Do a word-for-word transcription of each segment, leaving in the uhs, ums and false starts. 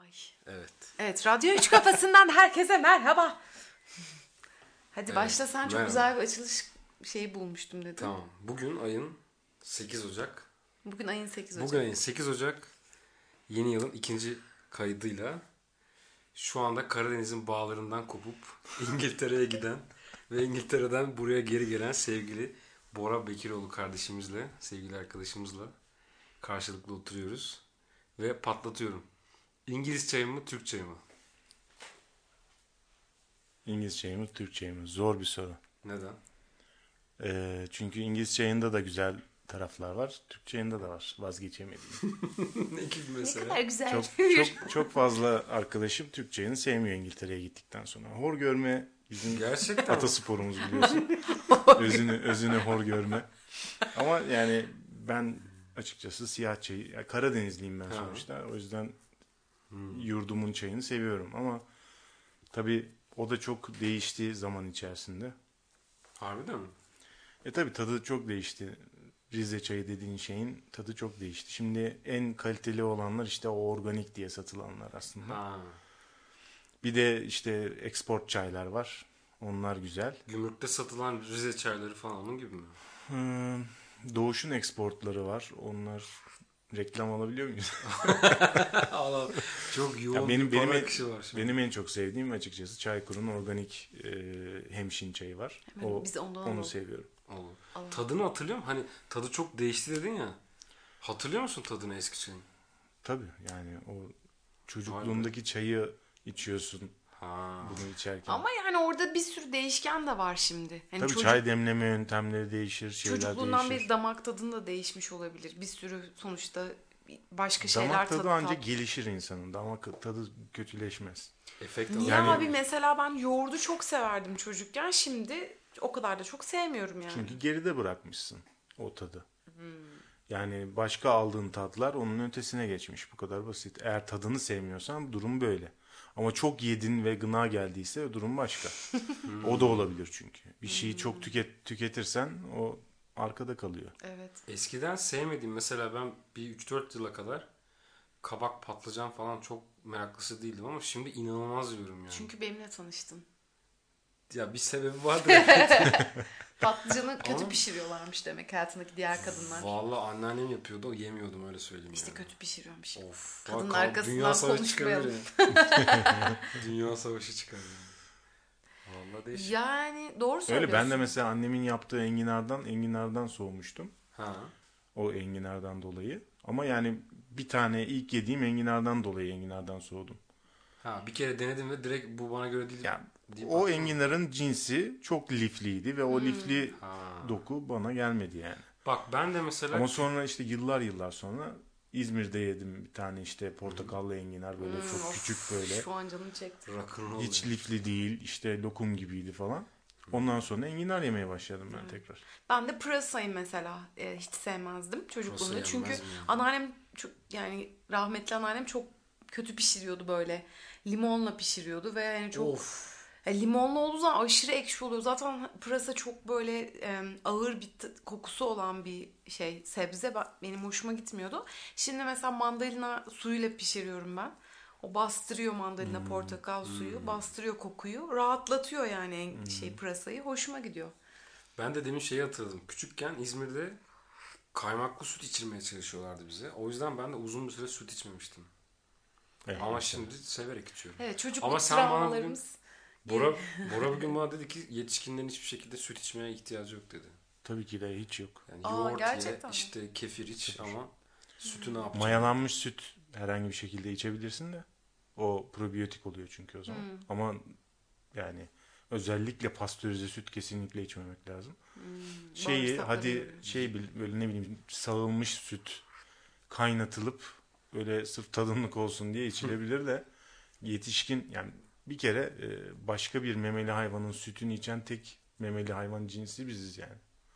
Ay. Evet. Evet, Radyo Üç Kafasından herkese merhaba. Hadi Evet, başla, sen çok merhaba. güzel bir açılış şeyi bulmuştum dedin. Tamam. Bugün ayın sekiz Ocak. Bugün ayın sekiz Ocak. Bugün ayın sekiz Ocak. Yeni yılın ikinci kaydıyla şu anda Karadeniz'in bağlarından kopup İngiltere'ye giden ve İngiltere'den buraya geri gelen sevgili Bora Bekiroğlu kardeşimizle, sevgili arkadaşımızla karşılıklı oturuyoruz ve patlatıyorum. İngiliz çayı mı, Türk çayı mı? İngiliz çayı mı, Türk çayı mı? Zor bir soru. Neden? Ee, çünkü İngiliz çayında da güzel taraflar var. Türk çayında da var. Vazgeçemediğim. Ne gibi Ne mesela? kadar güzel. çok, çok, çok fazla arkadaşım Türk çayını sevmiyor İngiltere'ye gittikten sonra. Hor görme bizim Gerçekten mi? atasporumuz biliyorsun. özünü, özünü hor görme. Ama yani ben açıkçası siyah çayı, yani Karadenizliyim ben Ha. sonuçta. O yüzden yurdumun çayını seviyorum. Ama tabii o da çok değişti zaman içerisinde. Harbiden mi? E tabii tadı çok değişti. Rize çayı dediğin şeyin tadı çok değişti. Şimdi en kaliteli olanlar işte o organik diye satılanlar aslında. Ha. Bir de işte export çaylar var. Onlar güzel. Gümrükte satılan Rize çayları falan onun gibi mi? Hmm, Doğuş'un exportları var. Onlar reklam alabiliyor muyuz? Allah, çok yoğun Ya benim bir benim para en, akışı var şimdi. benim en çok sevdiğim açıkçası Çaykur'un organik e, hemşin çayı var. Hemen O biz ondan onu alalım. seviyorum. Allah. Allah. Tadını hatırlıyor musun? Hani tadı çok değişti dedin ya. Hatırlıyor musun tadını eski çayın? Tabii yani o çocukluğundaki çayı içiyorsun Ha. bunu içerken. Ama yani orada bir sürü değişken de var şimdi. Hani Tabii çocuk- çay demleme yöntemleri değişir, şeyler Çocukluğundan değişir. beri damak tadın da değişmiş olabilir. Bir sürü sonuçta başka şeyler Damak tadı tadı ancak tat- gelişir insanın. Damak tadı kötüleşmez. Efekt Niye alıyor. Yani- abi, mesela ben yoğurdu çok severdim çocukken, şimdi o kadar da çok sevmiyorum yani. Çünkü geride bırakmışsın o tadı. Yani başka aldığın tatlar onun ötesine geçmiş. Bu kadar basit. Eğer tadını sevmiyorsan durum böyle. Ama çok yedin ve gına geldiyse durum başka. O da olabilir çünkü. Bir şeyi çok tüket tüketirsen o arkada kalıyor. Evet. Eskiden sevmediğim mesela ben bir üç dört yıla kadar kabak, patlıcan falan çok meraklısı değildim ama şimdi inanılmaz yiyorum yani. Çünkü benimle tanıştın. Ya bir sebebi vardır. Evet. Patlıcanı kötü Ama- pişiriyorlarmış demek hayatındaki diğer kadınlar. Vallahi anneannem yapıyordu, o yemiyordum öyle söyleyeyim İşte yani. kötü pişiriyormuş. Of. Kadının Bak, arkasından Dünya Savaşı konuşmayalım. çıkabilir ya. Dünya Savaşı çıkar yani. Vallahi değişik. Yani doğru söylüyorsun. Öyle ben de mesela annemin yaptığı enginardan enginardan soğumuştum. Ha. O enginardan dolayı. Ama yani bir tane ilk yediğim enginardan dolayı enginardan soğudum. Ha, bir kere denedim ve direkt bu bana göre değil. Yani deyip o attım. enginarın cinsi çok lifliydi ve o lifli Ha. doku bana gelmedi yani. Bak ben de mesela Ama sonra işte yıllar yıllar sonra İzmir'de yedim bir tane işte portakallı enginar böyle Hmm, çok of, küçük böyle. Şu an canım çekti. rock'n'roll Hiç yani. lifli değil işte lokum gibiydi falan. Ondan sonra enginar yemeye başladım ben tekrar. Ben de pırasayı mesela e, hiç sevmezdim çocukluğumda. Pırasa Çünkü yenmez mi ya? anneannem çok, yani rahmetli anneannem çok kötü pişiriyordu böyle. Limonla pişiriyordu ve yani çok Of. ya limonlu olduğu zaman aşırı ekşi oluyor. Zaten pırasa çok böyle e, ağır bir t- kokusu olan bir şey, sebze. Ben- Benim hoşuma gitmiyordu. Şimdi mesela mandalina suyuyla pişiriyorum ben. O bastırıyor mandalina, portakal suyu, bastırıyor kokuyu, rahatlatıyor yani en- şey pırasayı. Hoşuma gidiyor. Ben de demin şeyi hatırladım. Küçükken İzmir'de kaymaklı süt içirmeye çalışıyorlardı bize. O yüzden ben de uzun bir süre süt içmemiştim. Evet, Ama işte. şimdi severek içiyorum. Evet, çocukluk Ama sen bana bugün travmalarımız. Bora, Bora bugün bana dedi ki yetişkinlerin hiçbir şekilde süt içmeye ihtiyacı yok dedi. Tabii ki de hiç yok. Yani Aa, yoğurt ye, gerçekten mi? işte kefir iç ama sütü ne yapacaksın? Mayalanmış süt herhangi bir şekilde içebilirsin de o probiyotik oluyor çünkü o zaman. Ama yani özellikle pastörize süt kesinlikle içmemek lazım. Şeyi Bağırsakları hadi yoruyor. şey bil- böyle ne bileyim sağılmış süt kaynatılıp böyle sırf tadımlık olsun diye içilebilir de yetişkin yani bir kere e, başka bir memeli hayvanın sütünü içen tek memeli hayvan cinsi biziz yani.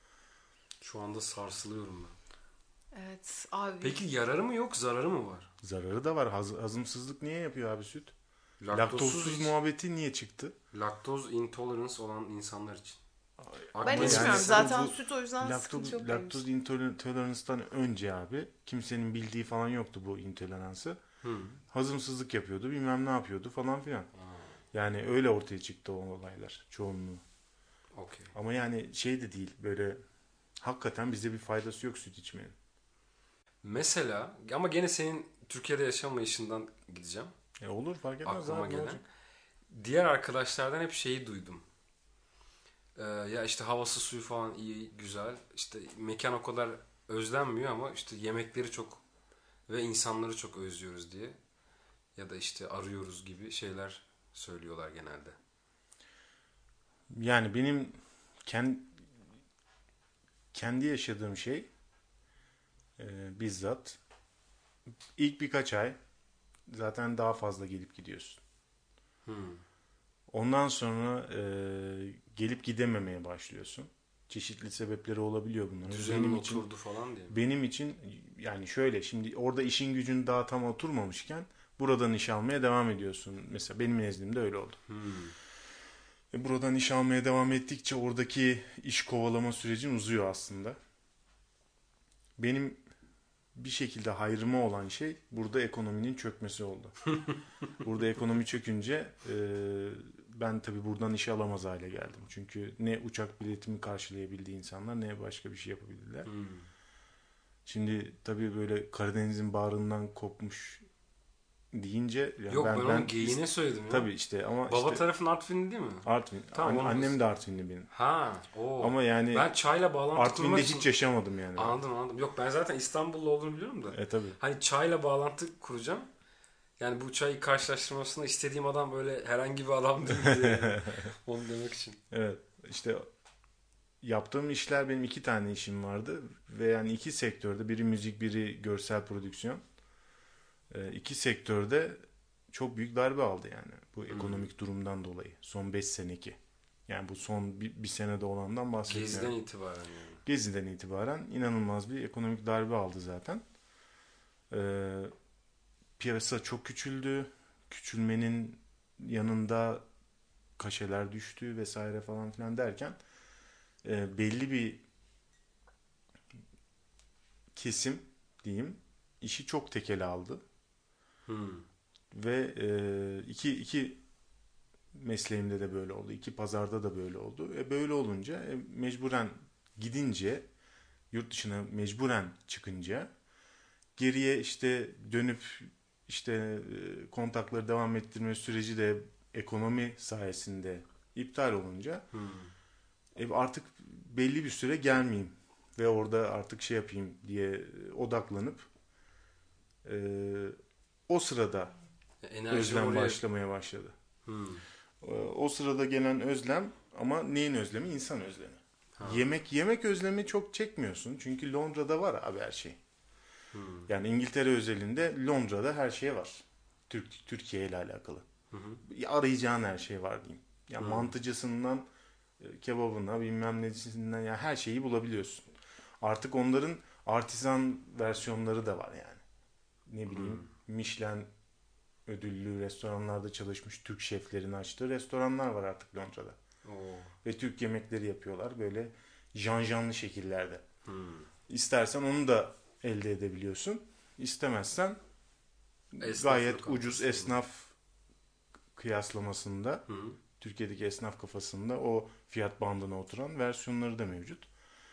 Şu anda sarsılıyorum ben. Evet abi. Peki yararı mı yok, zararı mı var? Zararı da var. Haz- hazımsızlık niye yapıyor abi süt? Laktozsuz, Laktozsuz muhabbeti niye çıktı? laktoz intolerance olan insanlar için. Ben Aklıma içmiyorum. geldi. Zaten bu- süt o yüzden Laktoz, sıkıntı yok benim laktoz için. intolerance'dan önce abi kimsenin bildiği falan yoktu bu intoleransı. Hı. Hazımsızlık yapıyordu, bilmem ne yapıyordu falan filan. Aa, Yani öyle ortaya çıktı o olaylar çoğunluğu. okey. Ama yani şey de değil, böyle hakikaten bize bir faydası yok süt içmenin. Mesela ama gene senin Türkiye'de yaşamayışından gideceğim. E olur, fark etmez Aklıma abi, ne gelen. olacak? Diğer arkadaşlardan hep şeyi duydum. Ee, ya işte havası suyu falan iyi, güzel. İşte mekan o kadar özlenmiyor ama işte yemekleri çok ve insanları çok özlüyoruz diye. Ya da işte arıyoruz gibi şeyler söylüyorlar genelde. Yani benim kendi, kendi yaşadığım şey e, bizzat ilk birkaç ay zaten daha fazla gelip gidiyorsun. Hmm. Ondan sonra e, gelip gidememeye başlıyorsun. Çeşitli sebepleri olabiliyor bunların. Düzenin Benim için oturdu falan diye mi? benim için yani şöyle, şimdi orada işin gücün daha tam oturmamışken buradan iş almaya devam ediyorsun. Mesela benim nezdimde öyle oldu. Hmm. E, buradan iş almaya devam ettikçe oradaki iş kovalama sürecin uzuyor aslında. Benim bir şekilde hayrıma olan şey burada ekonominin çökmesi oldu. Burada ekonomi çökünce e, ben tabii buradan işe alamaz hale geldim. Çünkü ne uçak biletimi karşılayabildi insanlar, ne başka bir şey yapabildiler. Hmm. Şimdi tabii böyle Karadeniz'in bağrından kopmuş deyince yani Yok ben, ben, onu ben geyiğine söyledim ya. tabii işte ama Baba işte tarafın Artvinli değil mi? Artvin. Tamam, An- onu annem biz- de Artvinli benim. Ha, o. Ama yani Ben çayla bağlantı kurmak Artvin'de için... hiç yaşamadım yani. Anladım anladım. Yok ben zaten İstanbullu olduğunu biliyorum da. E tabii. Hani çayla bağlantı kuracağım. Yani bu çayı karşılaştırmasında istediğim adam böyle herhangi bir adam değil diye. Onu demek için. Evet. İşte yaptığım işler, benim iki tane işim vardı ve yani iki sektörde, biri müzik, biri görsel prodüksiyon. E, iki sektörde çok büyük darbe aldı yani bu ekonomik durumdan dolayı. Son beş seneki. Yani bu son bir, bir senede olandan bahsetmiyorum. Geziden itibaren yani. Gezi'den itibaren inanılmaz bir ekonomik darbe aldı zaten. Ee, piyasa çok küçüldü. Küçülmenin yanında kaşeler düştü vesaire falan filan derken e, belli bir kesim diyeyim işi çok tekele aldı. Hmm. Ve e, iki, iki mesleğimde de böyle oldu. İki pazarda da böyle oldu. E, böyle olunca e, mecburen gidince, yurt dışına mecburen çıkınca geriye işte dönüp işte e, kontakları devam ettirme süreci de ekonomi sayesinde iptal olunca Hmm. e, artık belli bir süre gelmeyeyim ve orada artık şey yapayım diye odaklanıp e, o sırada Enerji özlem oraya... başlamaya başladı. Hmm. E, o sırada gelen özlem, ama neyin özlemi? İnsan özlemi. Ha. Yemek yemek özlemi çok çekmiyorsun. Çünkü Londra'da var abi her şey. Hmm. Yani İngiltere özelinde Londra'da her şey var. Türk Türkiye ile alakalı. Hı hı. Arayacağın her şey var diyeyim. Yani Hı. mantıcısından e, kebabına, bilmem nesinden, yani her şeyi bulabiliyorsun. Artık onların artisan versiyonları da var yani. Ne bileyim, Michelin ödüllü restoranlarda çalışmış Türk şeflerin açtığı restoranlar var artık Londra'da. Oo. Ve Türk yemekleri yapıyorlar böyle janjanlı şekillerde. Hmm. İstersen onu da elde edebiliyorsun. İstemezsen Esnaf gayet lokantası ucuz gibi. esnaf kıyaslamasında, Hı hı. Türkiye'deki esnaf kafasında o fiyat bandına oturan versiyonları da mevcut.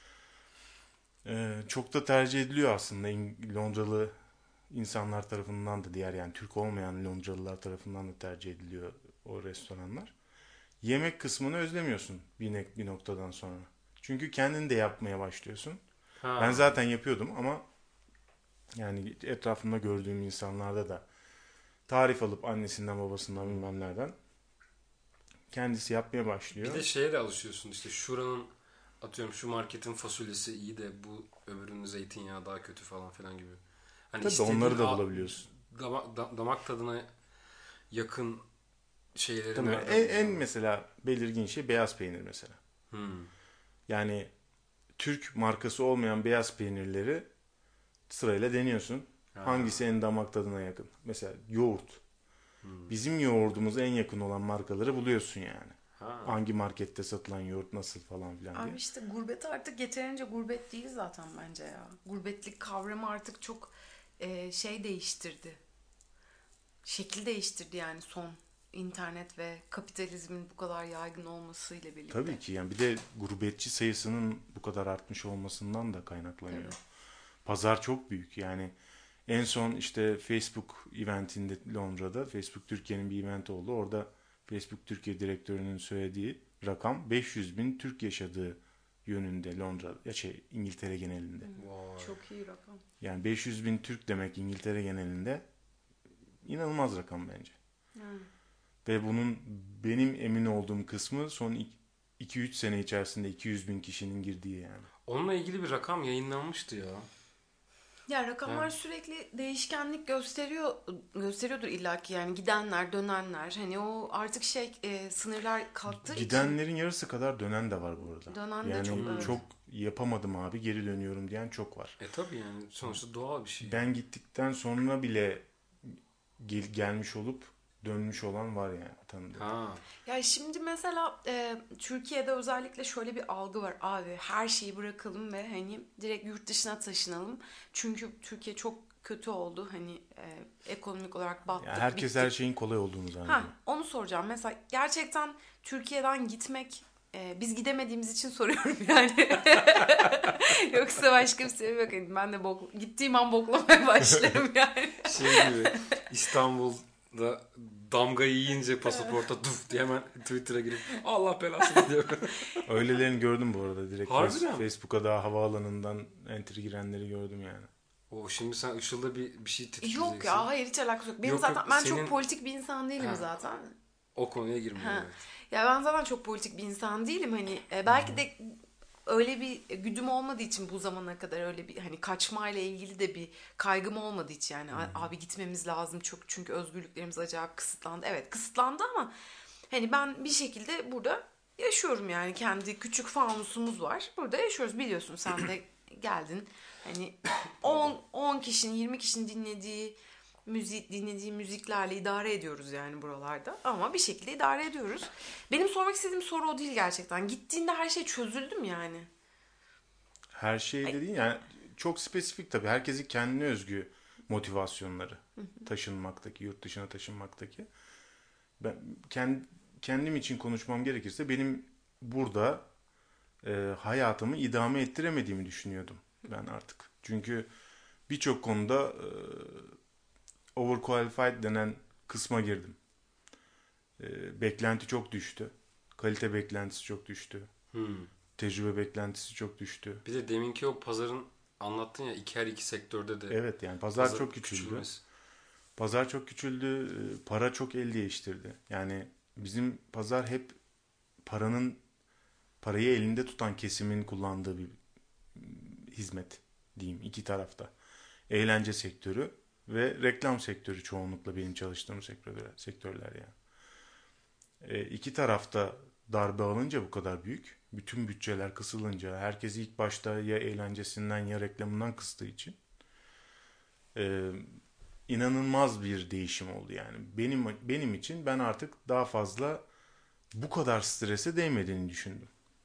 Ee, çok da tercih ediliyor aslında İng- Londralı insanlar tarafından da, diğer yani Türk olmayan Londralılar tarafından da tercih ediliyor o restoranlar. Yemek kısmını özlemiyorsun bir, ne- bir noktadan sonra. Çünkü kendin de yapmaya başlıyorsun. Ha. Ben zaten yapıyordum ama yani etrafımda gördüğüm insanlarda da tarif alıp annesinden babasından bilmem nereden kendisi yapmaya başlıyor. Bir de şeye de alışıyorsun işte şuranın atıyorum şu marketin fasulyesi iyi de bu öbürünün zeytinyağı daha kötü falan filan gibi. Hani Tabii istediğin onları da a- bulabiliyorsun. Damak, da- damak tadına yakın şeyleri Tabii nerede en, en bulacaksın? mesela belirgin şey beyaz peynir mesela. Hmm. Yani Türk markası olmayan beyaz peynirleri sırayla deniyorsun. Ha. Hangisi en damak tadına yakın? Mesela yoğurt. Hmm. Bizim yoğurdumuza en yakın olan markaları buluyorsun yani. Ha. Hangi markette satılan yoğurt nasıl falan filan diye. Abi işte gurbet artık yeterince gurbet değil zaten bence ya. Gurbetlik kavramı artık çok e, şey değiştirdi. şekil değiştirdi yani son internet ve kapitalizmin bu kadar yaygın olmasıyla birlikte. Tabii ki yani bir de gurbetçi sayısının bu kadar artmış olmasından da kaynaklanıyor. Tabii. Pazar çok büyük yani. En son işte Facebook eventinde Londra'da, Facebook Türkiye'nin bir eventi oldu. Orada Facebook Türkiye direktörünün söylediği rakam beş yüz bin Türk yaşadığı yönünde Londra, ya şey İngiltere genelinde. Vay. Çok iyi rakam. Yani beş yüz bin Türk demek İngiltere genelinde inanılmaz rakam bence. Hmm. Ve bunun benim emin olduğum kısmı son iki üç sene içerisinde iki yüz bin kişinin girdiği yani. Onunla ilgili bir rakam yayınlanmıştı ya. Ya rakamlar Evet. sürekli değişkenlik gösteriyor gösteriyordur illaki yani gidenler, dönenler. Hani o artık şey e, sınırlar kalktığı için Gidenlerin yarısı kadar dönen de var bu arada. dönen de Yani çok, evet. çok yapamadım abi geri dönüyorum diyen çok var. E tabii yani sonuçta doğal bir şey. Ben gittikten sonra bile gel- gelmiş olup dönmüş olan var yani tanıdığım. Ha. Ya şimdi mesela e, Türkiye'de özellikle şöyle bir algı var abi, her şeyi bırakalım ve hani direkt yurt dışına taşınalım. Çünkü Türkiye çok kötü oldu hani e, ekonomik olarak battık, Yani herkes bittik. her şeyin kolay olduğunu zannediyor. Ha, onu soracağım. Mesela gerçekten Türkiye'den gitmek e, biz gidemediğimiz için soruyorum yani. Yoksa başka bir sebep yok. Yani ben de bok, gittiğim an boklamaya başlarım yani. Şey gibi İstanbul'da damgayı yiyince pasaporta tuf diye hemen Twitter'a girip Allah belasını diyor. Öylelerini gördüm bu arada direkt. Harbiden mi? Facebook'a da havaalanından entry girenleri gördüm yani. O şimdi sen Işıl'da bir, bir şey tetikleyeceksin. Yok ya, hayır, hiç alakası yok. Benim Yok, zaten yok, ben senin- çok politik bir insan değilim Ha. zaten. O konuya girmiyor. Ha. Evet. Ya ben zaten çok politik bir insan değilim. Hani e, belki de öyle bir güdüm olmadığı için bu zamana kadar öyle bir hani kaçmayla ilgili de bir kaygım olmadığı için yani "A- abi gitmemiz lazım çok çünkü özgürlüklerimiz acayip kısıtlandı." Evet, kısıtlandı ama hani ben bir şekilde burada yaşıyorum yani, kendi küçük fanusumuz var. Burada yaşıyoruz, biliyorsun sen de geldin. Hani on on kişinin yirmi kişinin dinlediği müzik dinlediği müziklerle idare ediyoruz yani buralarda. Ama bir şekilde idare ediyoruz. Benim sormak istediğim soru o değil gerçekten. Gittiğinde her şey çözüldü mü yani? Her şey dediğin yani çok spesifik tabii. Herkesin kendine özgü motivasyonları. Taşınmaktaki, yurt dışına taşınmaktaki. Ben kend, kendim için konuşmam gerekirse benim burada e, hayatımı idame ettiremediğimi düşünüyordum ben artık. Çünkü birçok konuda e, overqualified denen kısma girdim. E, beklenti çok düştü. Kalite beklentisi çok düştü. Hmm. Tecrübe beklentisi çok düştü. Bir de deminki o pazarın anlattın ya, iki her iki sektörde de. Evet yani pazar, pazar çok küçüldü. küçülmesi. Pazar çok küçüldü. e, Para çok el değiştirdi. Yani bizim pazar hep paranın parayı elinde tutan kesimin kullandığı bir hizmet diyeyim iki tarafta. Eğlence sektörü ve reklam sektörü çoğunlukla benim çalıştığım sektörler, sektörler yani. E, iki tarafta darbe alınca bu kadar büyük, bütün bütçeler kısılınca, herkes ilk başta ya eğlencesinden ya reklamından kıstığı için e, inanılmaz bir değişim oldu yani. Benim benim için ben artık daha fazla bu kadar strese değmediğini düşündüm.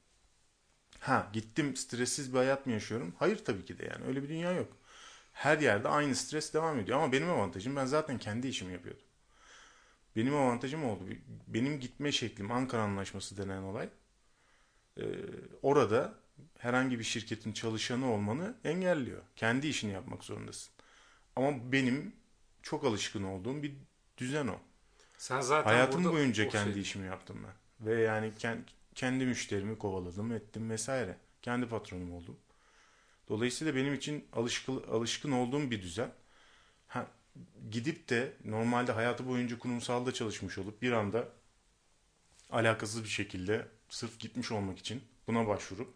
Ha, gittim stressiz bir hayat mı yaşıyorum? Hayır tabii ki de yani öyle bir dünya yok. Her yerde aynı stres devam ediyor ama benim avantajım, ben zaten kendi işimi yapıyordum. Benim avantajım oldu. Benim gitme şeklim Ankara Anlaşması denen olay. Ee, orada herhangi bir şirketin çalışanı olmanı engelliyor. Kendi işini yapmak zorundasın. Ama benim çok alışkın olduğum bir düzen o. Sen zaten Hayatım burada boyunca o kendi şey- işimi yaptım ben. Ve yani kendi, kendi müşterimi kovaladım, ettim vesaire. Kendi patronum oldum. Dolayısıyla benim için alışkın, alışkın olduğum bir düzen. Ha, gidip de normalde hayatı boyunca kurumsalda çalışmış olup bir anda alakasız bir şekilde sırf gitmiş olmak için buna başvurup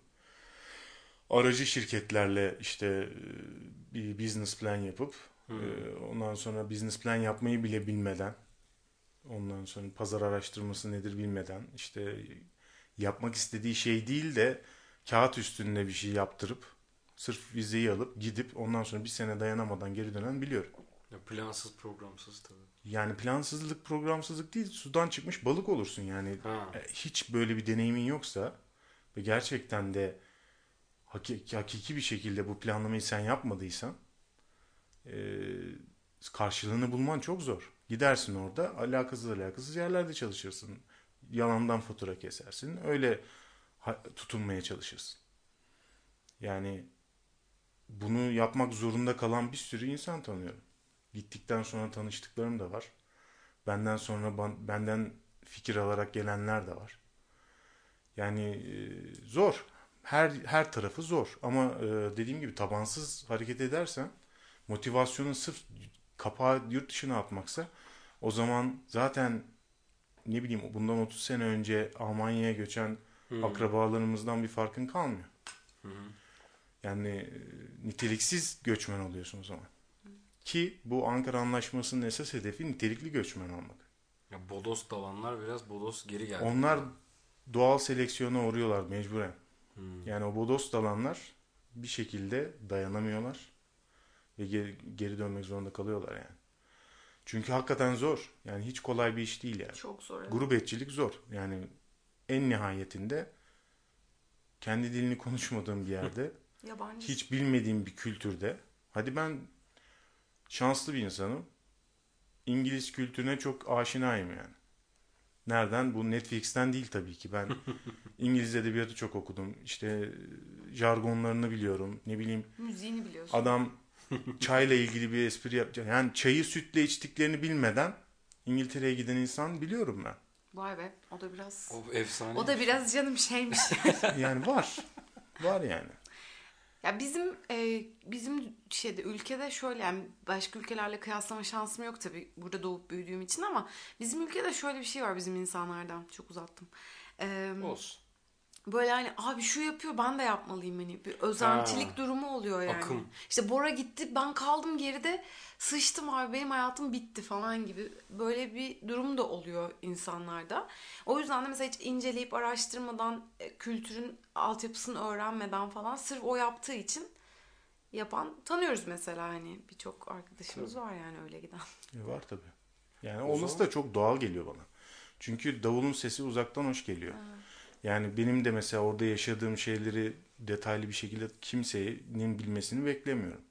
aracı şirketlerle işte e, bir business plan yapıp Hmm. e, ondan sonra business plan yapmayı bile bilmeden, ondan sonra pazar araştırması nedir bilmeden, işte yapmak istediği şey değil de kağıt üstünde bir şey yaptırıp sırf vizeyi alıp gidip ondan sonra bir sene dayanamadan geri dönen biliyorum. Ya plansız programsız tabii. Yani plansızlık, programsızlık değil, sudan çıkmış balık olursun yani. Ha. E, Hiç böyle bir deneyimin yoksa ve gerçekten de hakiki, hakiki bir şekilde bu planlamayı sen yapmadıysan e, karşılığını bulman çok zor. Gidersin orada alakasız alakasız yerlerde çalışırsın. Yalandan fatura kesersin. Öyle ha- tutunmaya çalışırsın. Yani bunu yapmak zorunda kalan bir sürü insan tanıyorum. Gittikten sonra tanıştıklarım da var. Benden sonra ban- benden fikir alarak gelenler de var. Yani e, zor. Her her tarafı zor. Ama e, dediğim gibi tabansız hareket edersen, motivasyonun sırf kapağı yurt dışına atmaksa, o zaman zaten ne bileyim bundan otuz sene önce Almanya'ya göçen Hmm. akrabalarımızdan bir farkın kalmıyor. Hı hı. Yani e, niteliksiz göçmen oluyorsun o zaman. Ki bu Ankara Anlaşması'nın esas hedefi nitelikli göçmen olmak. Ya bodos dalanlar biraz bodos geri geldi. Onlar doğal seleksiyona uğruyorlar mecburen. Hmm. Yani o bodos dalanlar bir şekilde dayanamıyorlar ve geri, geri dönmek zorunda kalıyorlar yani. Çünkü hakikaten zor. Yani hiç kolay bir iş değil yani. Çok zor. Evet. Gurbetçilik zor. Yani en nihayetinde kendi dilini konuşmadığım bir yerde, Yabancı. hiç bilmediğim bir kültürde, hadi ben şanslı bir insanım. İngiliz kültürüne çok aşinayım yani. Nereden? Bu Netflix'ten değil tabii ki. Ben İngiliz edebiyatı çok okudum. İşte jargonlarını biliyorum. Ne bileyim, Müziğini biliyorsun. adam çayla ilgili bir espri yapacak. Yani çayı sütle içtiklerini bilmeden İngiltere'ye giden insan biliyorum ben. Vay be. O da biraz... O efsane. O da biraz canım şeymiş. Yani var. Var yani. Ya bizim e, bizim şeyde ülkede şöyle, yani başka ülkelerle kıyaslama şansım yok tabii burada doğup büyüdüğüm için, ama bizim ülkede şöyle bir şey var bizim insanlardan. Çok uzattım. E, Olsun. Böyle hani abi şu yapıyor ben de yapmalıyım, hani bir özentilik Ha. durumu oluyor yani. Akım. İşte Bora gitti ben kaldım geride, sıçtım abi benim hayatım bitti falan gibi böyle bir durum da oluyor insanlarda. O yüzden de mesela hiç inceleyip araştırmadan, e, kültürün altyapısını öğrenmeden falan sırf o yaptığı için yapan tanıyoruz mesela, hani birçok arkadaşımız var yani öyle giden. E var tabii. Yani O olması zaman- da çok doğal geliyor bana. Çünkü davulun sesi uzaktan hoş geliyor. Yani benim de mesela orada yaşadığım şeyleri detaylı bir şekilde kimsenin bilmesini beklemiyorum.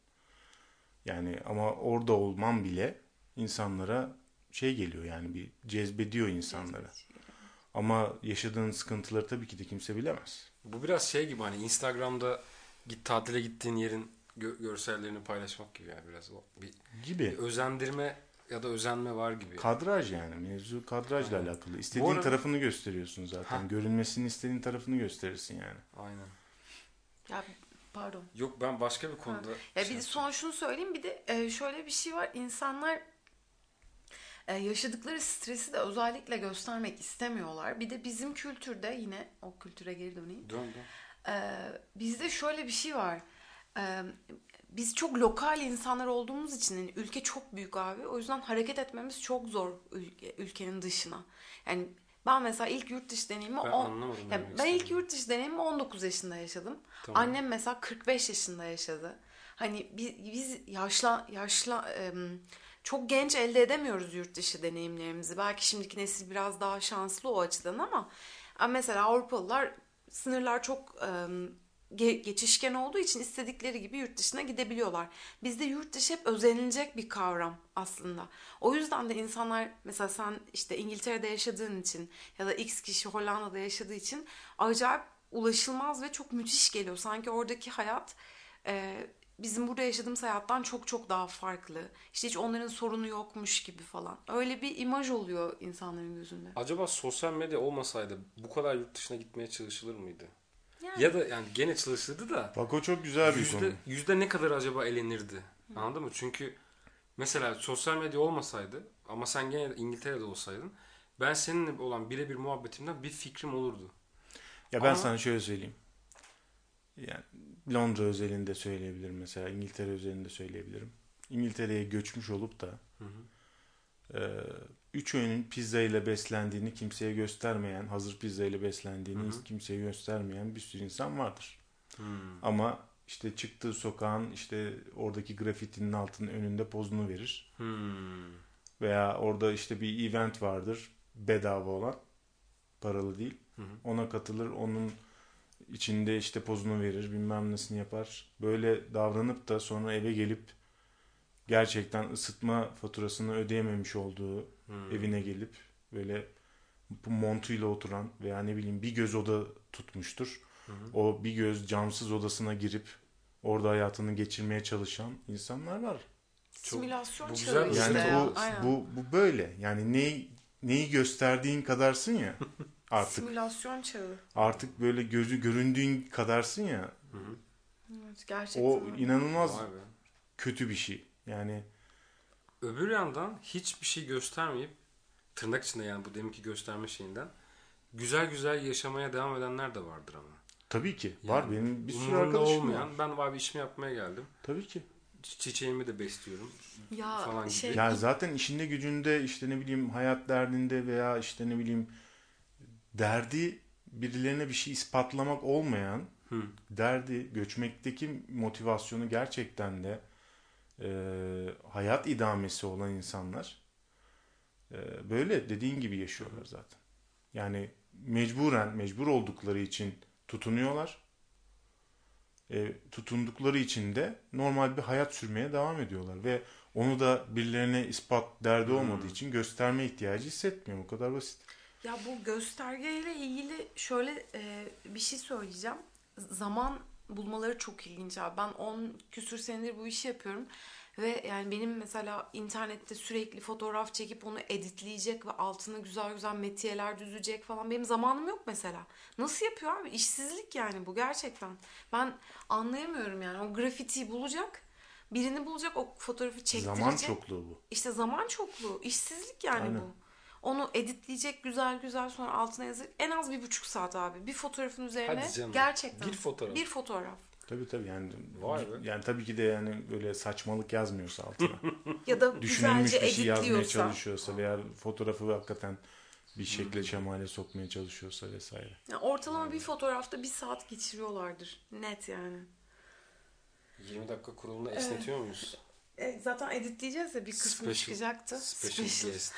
Yani ama orada olmam bile insanlara şey geliyor, yani bir cezbediyor insanlara. Ama yaşadığın sıkıntıları tabii ki de kimse bilemez. Bu biraz şey gibi, hani Instagram'da git tatile gittiğin yerin gö- görsellerini paylaşmak gibi yani, biraz o bir, Gibi. bir özendirme ya da özenme var gibi. Kadraj yani. Mevzu kadrajla Aynen. alakalı. İstediğin arada- tarafını gösteriyorsun zaten. Hah. Görünmesini istediğin tarafını gösterirsin yani. Aynen. Ya pardon. Yok, ben başka bir konuda Ya şey bir de son şunu söyleyeyim, bir de e, şöyle bir şey var. İnsanlar e, yaşadıkları stresi de özellikle göstermek istemiyorlar. Bir de bizim kültürde, yine o kültüre geri döneyim. Dön dön. E, bizde şöyle bir şey var. E, biz çok lokal insanlar olduğumuz için, yani ülke çok büyük abi. O yüzden hareket etmemiz çok zor ülke, ülkenin dışına. Yani ben mesela ilk yurt dışı deneyimi Ben on, anlamadım yani demek ben ilk istediğini. yurt dışı deneyimi on dokuz yaşında yaşadım. Tamam. Annem mesela kırk beş yaşında yaşadı. Hani biz, biz yaşla yaşla em, çok genç elde edemiyoruz yurt dışı deneyimlerimizi. Belki şimdiki nesil biraz daha şanslı o açıdan, ama ama mesela Avrupalılar, sınırlar çok em, ge- geçişken olduğu için istedikleri gibi yurt dışına gidebiliyorlar. Bizde yurt dışı hep özenilecek bir kavram aslında. O yüzden de insanlar, mesela sen işte İngiltere'de yaşadığın için ya da X kişi Hollanda'da yaşadığı için acayip ulaşılmaz ve çok müthiş geliyor. Sanki oradaki hayat e, bizim burada yaşadığımız hayattan çok çok daha farklı. İşte hiç onların sorunu yokmuş gibi falan. Öyle bir imaj oluyor insanların gözünde. Acaba sosyal medya olmasaydı bu kadar yurt dışına gitmeye çalışılır mıydı? Yani. Ya da yani gene çalışırdı da Bak o çok güzel bir yüzde, konu. yüzde ne kadar acaba elenirdi? Anladın mı? Çünkü mesela sosyal medya olmasaydı ama sen gene de İngiltere'de olsaydın, ben seninle olan birebir muhabbetimden bir fikrim olurdu. Ya ben Ama- sana şöyle söyleyeyim. Yani Londra özelinde söyleyebilirim mesela. İngiltere özelinde söyleyebilirim. İngiltere'ye göçmüş olup da Hı hı. e, üç öğünün pizza ile beslendiğini kimseye göstermeyen, hazır pizza ile beslendiğini Hı hı. kimseye göstermeyen bir sürü insan vardır. Hmm. Ama işte çıktığı sokağın işte oradaki grafitinin altının önünde pozunu verir. Hmm. Veya orada işte bir event vardır, bedava olan, paralı değil. Hı hı. Ona katılır, onun içinde işte pozunu verir, bilmem nesini yapar. Böyle davranıp da sonra eve gelip gerçekten ısıtma faturasını ödeyememiş olduğu Hmm. evine gelip böyle bu montuyla oturan veya ne bileyim bir göz oda tutmuştur. Hı hı. O bir göz camsız odasına girip orada hayatını geçirmeye çalışan insanlar var. Simülasyon bu çağı güzel bir işte Yani şey. ya. bu Aynen. bu bu böyle. Yani neyi neyi gösterdiğin kadarsın ya artık. Simülasyon çağı. Artık böyle gözü göründüğün kadarsın ya. Hı hı. Evet, gerçekten. O öyle. inanılmaz Vay be. kötü bir şey. Yani Öbür yandan hiçbir şey göstermeyip tırnak içinde yani bu deminki gösterme şeyinden güzel güzel yaşamaya devam edenler de vardır ama. tabii ki Yani var, benim bir sürü umurunda arkadaşım olmayan, var. ben var bir işimi yapmaya geldim. Tabii ki. Çi- Çiçeğimi de besliyorum Ya falan şey gibi. Ya zaten işinde gücünde işte ne bileyim hayat derdinde veya işte ne bileyim derdi birilerine bir şey ispatlamak olmayan, Hı. derdi göçmekteki motivasyonu gerçekten de e, hayat idamesi olan insanlar e, böyle dediğin gibi yaşıyorlar zaten. Yani mecburen mecbur oldukları için tutunuyorlar. E, tutundukları için de normal bir hayat sürmeye devam ediyorlar ve onu da birilerine ispat derdi olmadığı Hmm. için gösterme ihtiyacı hissetmiyor. O kadar basit. ya bu göstergeyle ilgili şöyle e, bir şey söyleyeceğim. Zaman bulmaları çok ilginç abi. Ben on küsür senedir bu işi yapıyorum. Ve yani benim mesela internette sürekli fotoğraf çekip onu editleyecek ve altına güzel güzel metiyeler düzecek falan. Benim zamanım yok mesela. Nasıl yapıyor abi? İşsizlik yani bu gerçekten. Ben anlayamıyorum yani. O grafitiyi bulacak. Birini bulacak, o fotoğrafı çektirecek. Zaman çokluğu bu. İşte zaman çokluğu. İşsizlik yani Aynen. bu. Onu editleyecek güzel güzel, sonra altına yazacak. En az bir buçuk saat abi. Bir fotoğrafın üzerine Hadi canım. gerçekten. Bir fotoğraf. Bir fotoğraf. Tabii tabii yani Vay be. yani tabii ki de yani böyle saçmalık yazmıyorsa altına. Ya da Düşünülmüş güzelce bir şey yazmaya editliyorsa. çalışıyorsa veya fotoğrafı hakikaten bir şekle şemale sokmaya çalışıyorsa vesaire. Yani ortalama bir fotoğrafta bir saat geçiriyorlardır. Net yani. yirmi dakika kurulunu esnetiyor muyuz? E, zaten editleyeceğiz ya, bir kısmı Special- çıkacaktı. Special guest.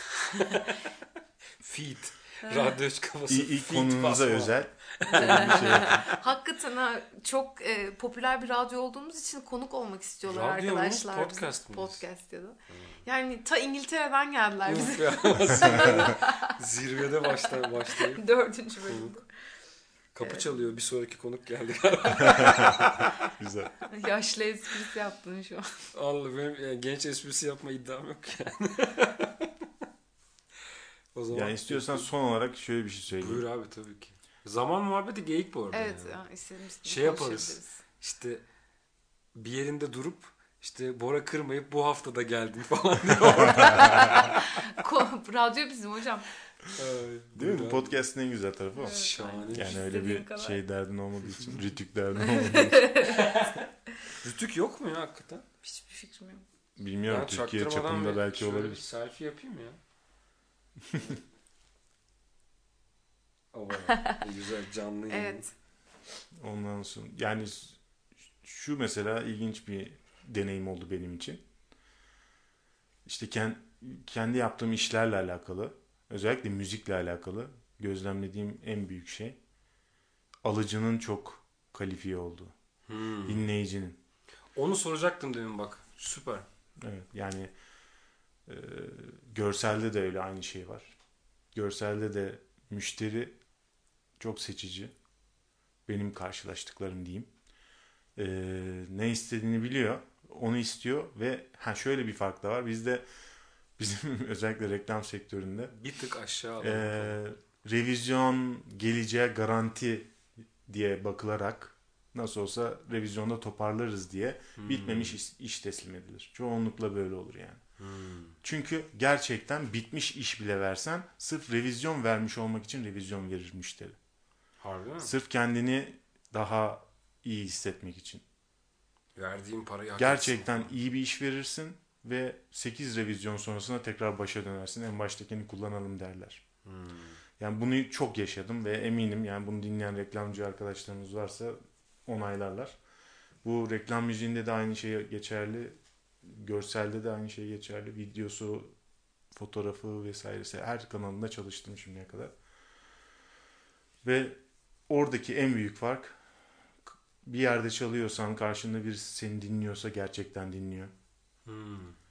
Feed. Radyo kafası. İlk, ilk feed konuğunuza basma. özel böyle bir şey yapın. Hakikaten ha, çok e, popüler bir radyo olduğumuz için konuk olmak istiyorlar Radyo muyuz, arkadaşlar. podcast bize. mıyız? Podcast ya da. Yani ta İngiltere'den geldiler Uf bize. ya. Zirvede, zirvede başta, başlayıp Dördüncü bölümde. kapı Evet. çalıyor. Bir sonraki konuk geldi. Güzel. Yaşlı esprisi yaptın şu an. Allah, benim yani genç esprisi yapma iddiam yok yani. O zaman Yani istiyorsan son olarak şöyle bir şey söyleyeyim. buyur abi, tabii ki. Zaman muhabbeti geyik bu arada. Evet, yani. ya, istediğimiz gibi Şey yaparız. konuşabiliriz. İşte bir yerinde durup işte Bora kırmayıp bu hafta da geldin falan diyor. Ko- radyo bizim hocam. Değil mi? Bu podcast'ın en güzel tarafı o. Evet, Şahane. aynen. Yani öyle İstediğin bir kadar. şey derdin olmadığı için, rütük derdin olmadığı için. Rütük yok mu ya hakikaten? Hiçbir fikrim yok. Bilmiyorum, Ben Türkiye çaktırmadan çapında bir belki şöyle olabilir. bir selfie yapayım ya. Ama güzel canlı yayın. Evet. Ondan sonra yani şu mesela ilginç bir deneyim oldu benim için. İşte ken- kendi yaptığım işlerle alakalı, özellikle müzikle alakalı gözlemlediğim en büyük şey alıcının çok kalifiye olduğu. Hmm. Dinleyicinin. Onu soracaktım demin bak. Süper. Evet, yani e, görselde de öyle aynı şey var. Görselde de müşteri çok seçici. Benim karşılaştıklarım diyeyim. E, ne istediğini biliyor. Onu istiyor ve ha şöyle bir fark da var. Bizde bizim özellikle reklam sektöründe Bir tık aşağı e, alalım. revizyon geleceğe garanti diye bakılarak nasıl olsa revizyonda toparlarız diye Hmm. bitmemiş iş, iş teslim edilir. Çoğunlukla böyle olur yani. Hmm. Çünkü gerçekten bitmiş iş bile versen sırf revizyon vermiş olmak için revizyon verir müşteri. Harbi mi? Sırf kendini daha iyi hissetmek için. Verdiğim parayı hak Gerçekten etsin. iyi bir iş verirsin ve sekiz revizyon sonrasında tekrar başa dönersin. En baştakini kullanalım derler. Hmm. Yani bunu çok yaşadım ve eminim yani bunu dinleyen reklamcı arkadaşlarımız varsa onaylarlar. Bu reklam müziğinde de aynı şey geçerli. Görselde de aynı şey geçerli. Videosu, fotoğrafı vesairesi her kanalında çalıştım şimdiye kadar. Ve oradaki en büyük fark, bir yerde çalıyorsan karşında birisi seni dinliyorsa gerçekten dinliyor. Hmm.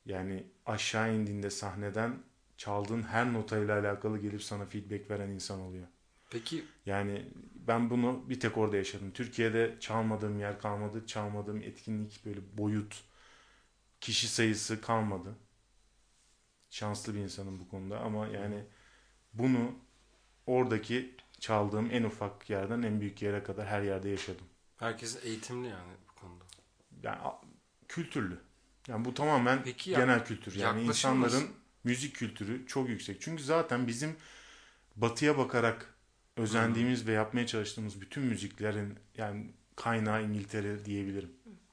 Yani aşağı indiğinde sahneden çaldığın her notayla alakalı gelip sana feedback veren insan oluyor. Peki Yani ben bunu bir tek orada yaşadım. Türkiye'de çalmadığım yer kalmadı. Çalmadığım etkinlik, böyle boyut, kişi sayısı kalmadı. Şanslı bir insanım bu konuda ama yani bunu oradaki çaldığım en ufak yerden en büyük yere kadar her yerde yaşadım. herkesin eğitimli yani bu konuda. Yani a- kültürlü. Yani bu tamamen Peki ya- genel kültür. Yani yaklaşım insanların nasıl? müzik kültürü çok yüksek. Çünkü zaten bizim batıya bakarak özendiğimiz ve yapmaya çalıştığımız bütün müziklerin yani kaynağı İngiltere diyebilirim.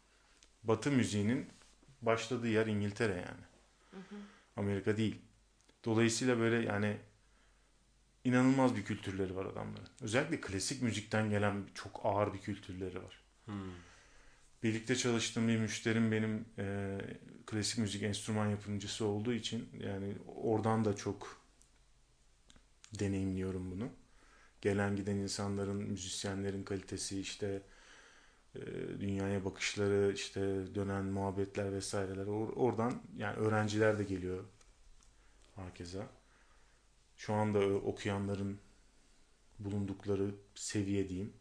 Batı müziğinin başladığı yer İngiltere yani. Amerika değil. Dolayısıyla böyle yani inanılmaz bir kültürleri var adamların. Özellikle klasik müzikten gelen çok ağır bir kültürleri var. Hmm. Birlikte çalıştığım bir müşterim benim e, klasik müzik enstrüman yapımcısı olduğu için yani oradan da çok deneyimliyorum bunu. Gelen giden insanların, müzisyenlerin kalitesi, işte e, dünyaya bakışları, işte dönen muhabbetler vesaireler Or- oradan yani öğrenciler de geliyor herkese. Şu anda ö- okuyanların bulundukları seviye diyeyim.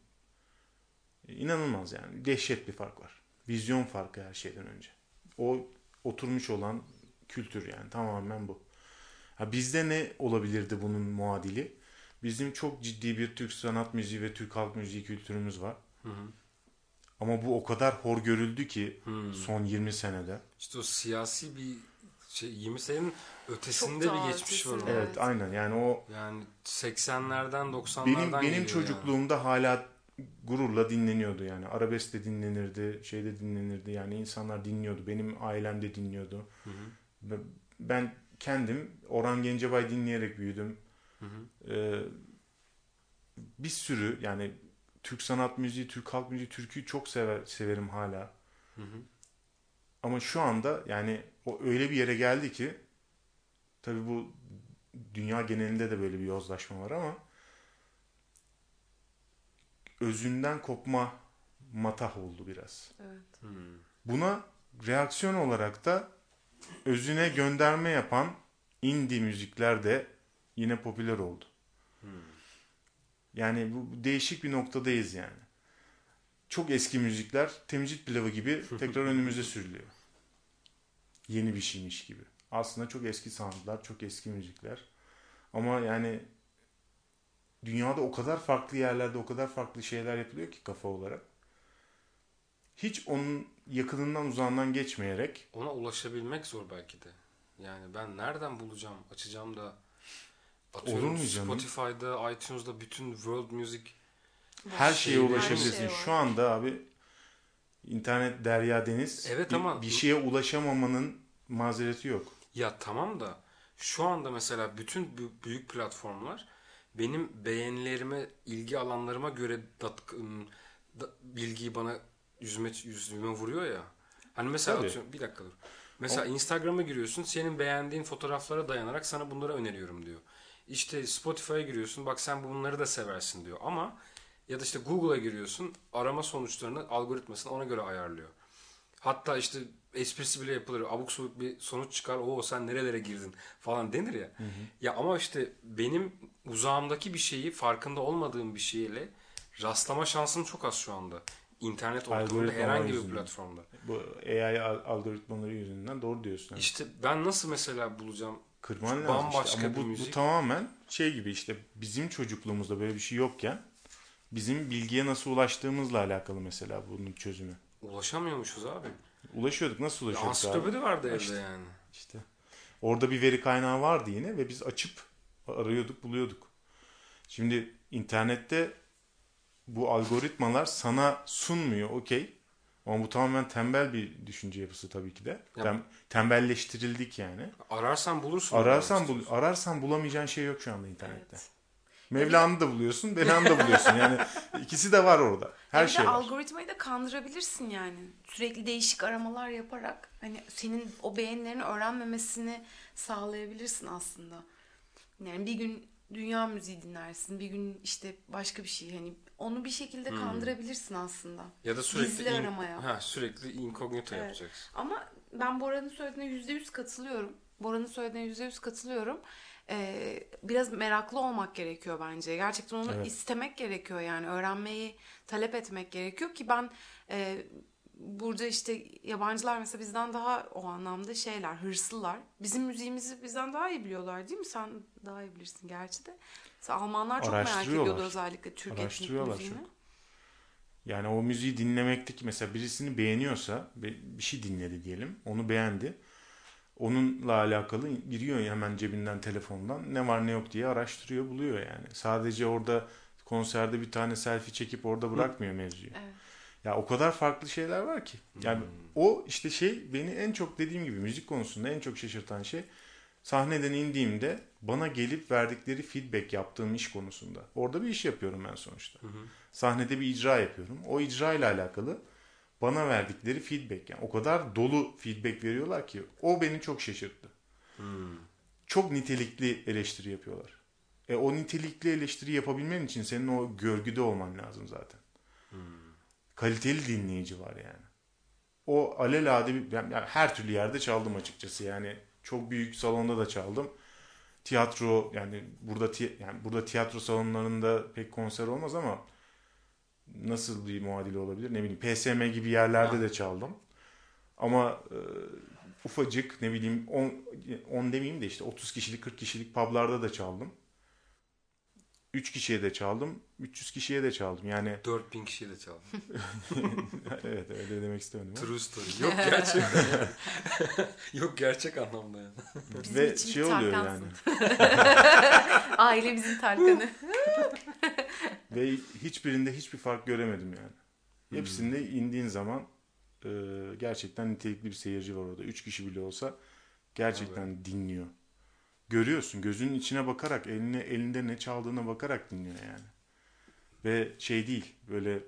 E, İnanılmaz yani. Dehşet bir fark var. Vizyon farkı her şeyden önce. O oturmuş olan kültür yani tamamen bu. Ha bizde ne olabilirdi bunun muadili? Bizim çok ciddi bir Türk sanat müziği ve Türk halk müziği kültürümüz var. Hı hı. Ama bu o kadar hor görüldü ki Hmm. son yirmi senede. İşte o siyasi bir şey yirmi senenin Çok ötesinde daha bir geçmiş var ötesinde. onun. Evet, Evet. aynen yani o Yani seksenlerden doksanlardan benim benim geliyor çocukluğumda hala gururla dinleniyordu yani. Arabesk de dinlenirdi, şeyde dinlenirdi. Yani insanlar dinliyordu. Benim ailem de dinliyordu. yani. Hı hı. Ve ben kendim Orhan Gencebay dinleyerek büyüdüm. Hı hı. Ee, bir sürü yani Türk sanat müziği, Türk halk müziği, türküyü çok sever, severim hala. Hı hı. Ama şu anda yani o öyle bir yere geldi ki tabii bu dünya genelinde de böyle bir yozlaşma var ama özünden kopma matah oldu biraz. Evet. Hmm. Buna reaksiyon olarak da özüne gönderme yapan indie müzikler de yine popüler oldu. Hmm. Yani bu değişik bir noktadayız yani. Çok eski müzikler temcit pilavı gibi tekrar önümüze sürülüyor. Yeni bir şeymiş gibi. Aslında çok eski soundlar, çok eski müzikler. Ama yani dünyada o kadar farklı yerlerde o kadar farklı şeyler yapılıyor ki kafa olarak. Hiç onun yakınından uzağından geçmeyerek Ona ulaşabilmek zor belki de. Yani ben nereden bulacağım, açacağım da atıyorum Olur mu canım? Spotify'da, iTunes'da bütün world music her şeye Şey, ulaşabilirsin. her şey var. Şu anda abi internet derya deniz. Evet bir, ama- bir şeye ulaşamamanın mazereti yok. ya tamam da şu anda mesela bütün bü- büyük platformlar benim beğenilerime, ilgi alanlarıma göre dat- ım, da- bilgiyi bana yüzüme, yüzüme vuruyor ya. Hani mesela Tabii. atıyorum bir dakika dur. Mesela Instagram'a giriyorsun, senin beğendiğin fotoğraflara dayanarak sana bunları öneriyorum diyor. İşte Spotify'a giriyorsun, bak sen bunları da seversin diyor. Ama ya da işte Google'a giriyorsun, arama sonuçlarını, algoritmasını ona göre ayarlıyor. Hatta işte esprisi bile yapılır. Abuk subuk bir sonuç çıkar. Oo sen nerelere girdin falan denir ya. Ya ama işte benim uzağımdaki bir şeyi, farkında olmadığım bir şeyle rastlama şansım çok az şu anda. İnternet ortamında, Algoritmalar herhangi bir yüzünden. platformda. Bu A I al- algoritmaları yüzünden doğru diyorsun. Yani. İşte ben nasıl mesela bulacağım Kırman lazım bambaşka işte. Ama bir bu, bu müzik? tamamen şey gibi işte bizim çocukluğumuzda böyle bir şey yokken bizim bilgiye nasıl ulaştığımızla alakalı mesela bunun çözümü. Ulaşamıyormuşuz abi. Ulaşıyorduk. Nasıl Ya ulaşıyorduk abi? ansiklopedi vardı evde İşte. yani. İşte. Orada bir veri kaynağı vardı yine ve biz açıp arıyorduk, buluyorduk. Şimdi internette bu algoritmalar sana sunmuyor, okey. Ama bu tamamen tembel bir düşünce yapısı tabii ki de. Ya- Tem- tembelleştirildik yani. Ararsan bulursun. Ararsan ne bul, istiyorsun. ararsan bulamayacağın şey yok şu anda internette. Evet. Mevlana'yı da buluyorsun, belanı da buluyorsun. Yani ikisi de var orada. Her Ya bir şey de var. algoritmayı da kandırabilirsin yani. Sürekli değişik aramalar yaparak hani senin o beğenilerini öğrenmemesini sağlayabilirsin aslında. Yani bir gün dünya müziği dinlersin, bir gün işte başka bir şey, hani onu bir şekilde kandırabilirsin aslında. Ya da sürekli Gizli in- aramaya. Ha, sürekli incognito Evet. yapacaksın. Ama ben Bora'nın söylediğine yüzde yüz katılıyorum. Bora'nın söylediğine yüzde yüz katılıyorum. Ee, biraz meraklı olmak gerekiyor bence. Gerçekten onu Evet. istemek gerekiyor yani. Öğrenmeyi talep etmek gerekiyor ki ben e, burada işte yabancılar mesela bizden daha o anlamda şeyler, hırslılar. Bizim müziğimizi bizden daha iyi biliyorlar değil mi? Sen daha iyi bilirsin gerçi de. Mesela Almanlar çok merak Araştırıyorlar. ediyordu özellikle Türk etnik Araştırıyorlar müziğini. çok. Yani o müziği dinlemekteki mesela birisini beğeniyorsa bir şey dinledi diyelim. Onu beğendi. Onunla alakalı giriyor hemen cebinden telefondan ne var ne yok diye araştırıyor buluyor yani. Sadece orada konserde bir tane selfie çekip orada bırakmıyor mevzuyu. Evet. Ya o kadar farklı şeyler var ki. Yani o işte şey beni en çok dediğim gibi müzik konusunda en çok şaşırtan şey sahneden indiğimde bana gelip verdikleri feedback yaptığım iş konusunda. Orada bir iş yapıyorum ben sonuçta. Sahnede bir icra yapıyorum. O icra ile alakalı bana verdikleri feedback. Yani o kadar dolu feedback veriyorlar ki o beni çok şaşırttı. Hmm. Çok nitelikli eleştiri yapıyorlar. E, o nitelikli eleştiri yapabilmen için senin o görgüde olman lazım zaten. Hmm. Kaliteli dinleyici var yani. O alelade bir, yani her türlü yerde çaldım açıkçası. Yani çok büyük salonda da çaldım. Tiyatro yani burada yani burada tiyatro salonlarında pek konser olmaz ama nasıl bir muadili olabilir? Ne bileyim P S M gibi yerlerde Ha. de çaldım. Ama e, ufacık ne bileyim on demeyeyim de işte otuz kişilik kırk kişilik publarda da çaldım. üç kişiye de çaldım. üç yüz kişiye de çaldım. Yani dört bin kişiyi de çaldım. evet öyle demek istemedim. Ama. True story. Yok gerçekten. Yok gerçek anlamda yani. Ve şey oluyor yani. Ailemizin Tarkan'ı. Ve hiçbirinde hiçbir fark göremedim yani. Hepsinde indiğin zaman e, gerçekten nitelikli bir seyirci var orada. Üç kişi bile olsa gerçekten Evet. dinliyor. Görüyorsun. Gözünün içine bakarak, eline elinde ne çaldığına bakarak dinliyor yani. Ve şey değil, böyle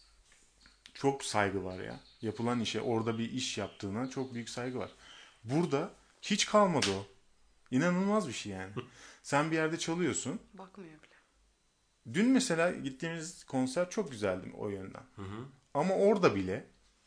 çok saygı var ya. Yapılan işe, orada bir iş yaptığına çok büyük saygı var. Burada hiç kalmadı o. İnanılmaz bir şey yani. Sen bir yerde çalıyorsun. Bakmıyor bile. Dün mesela gittiğimiz konser çok güzeldi o yönden. Hı hı. Ama orada bile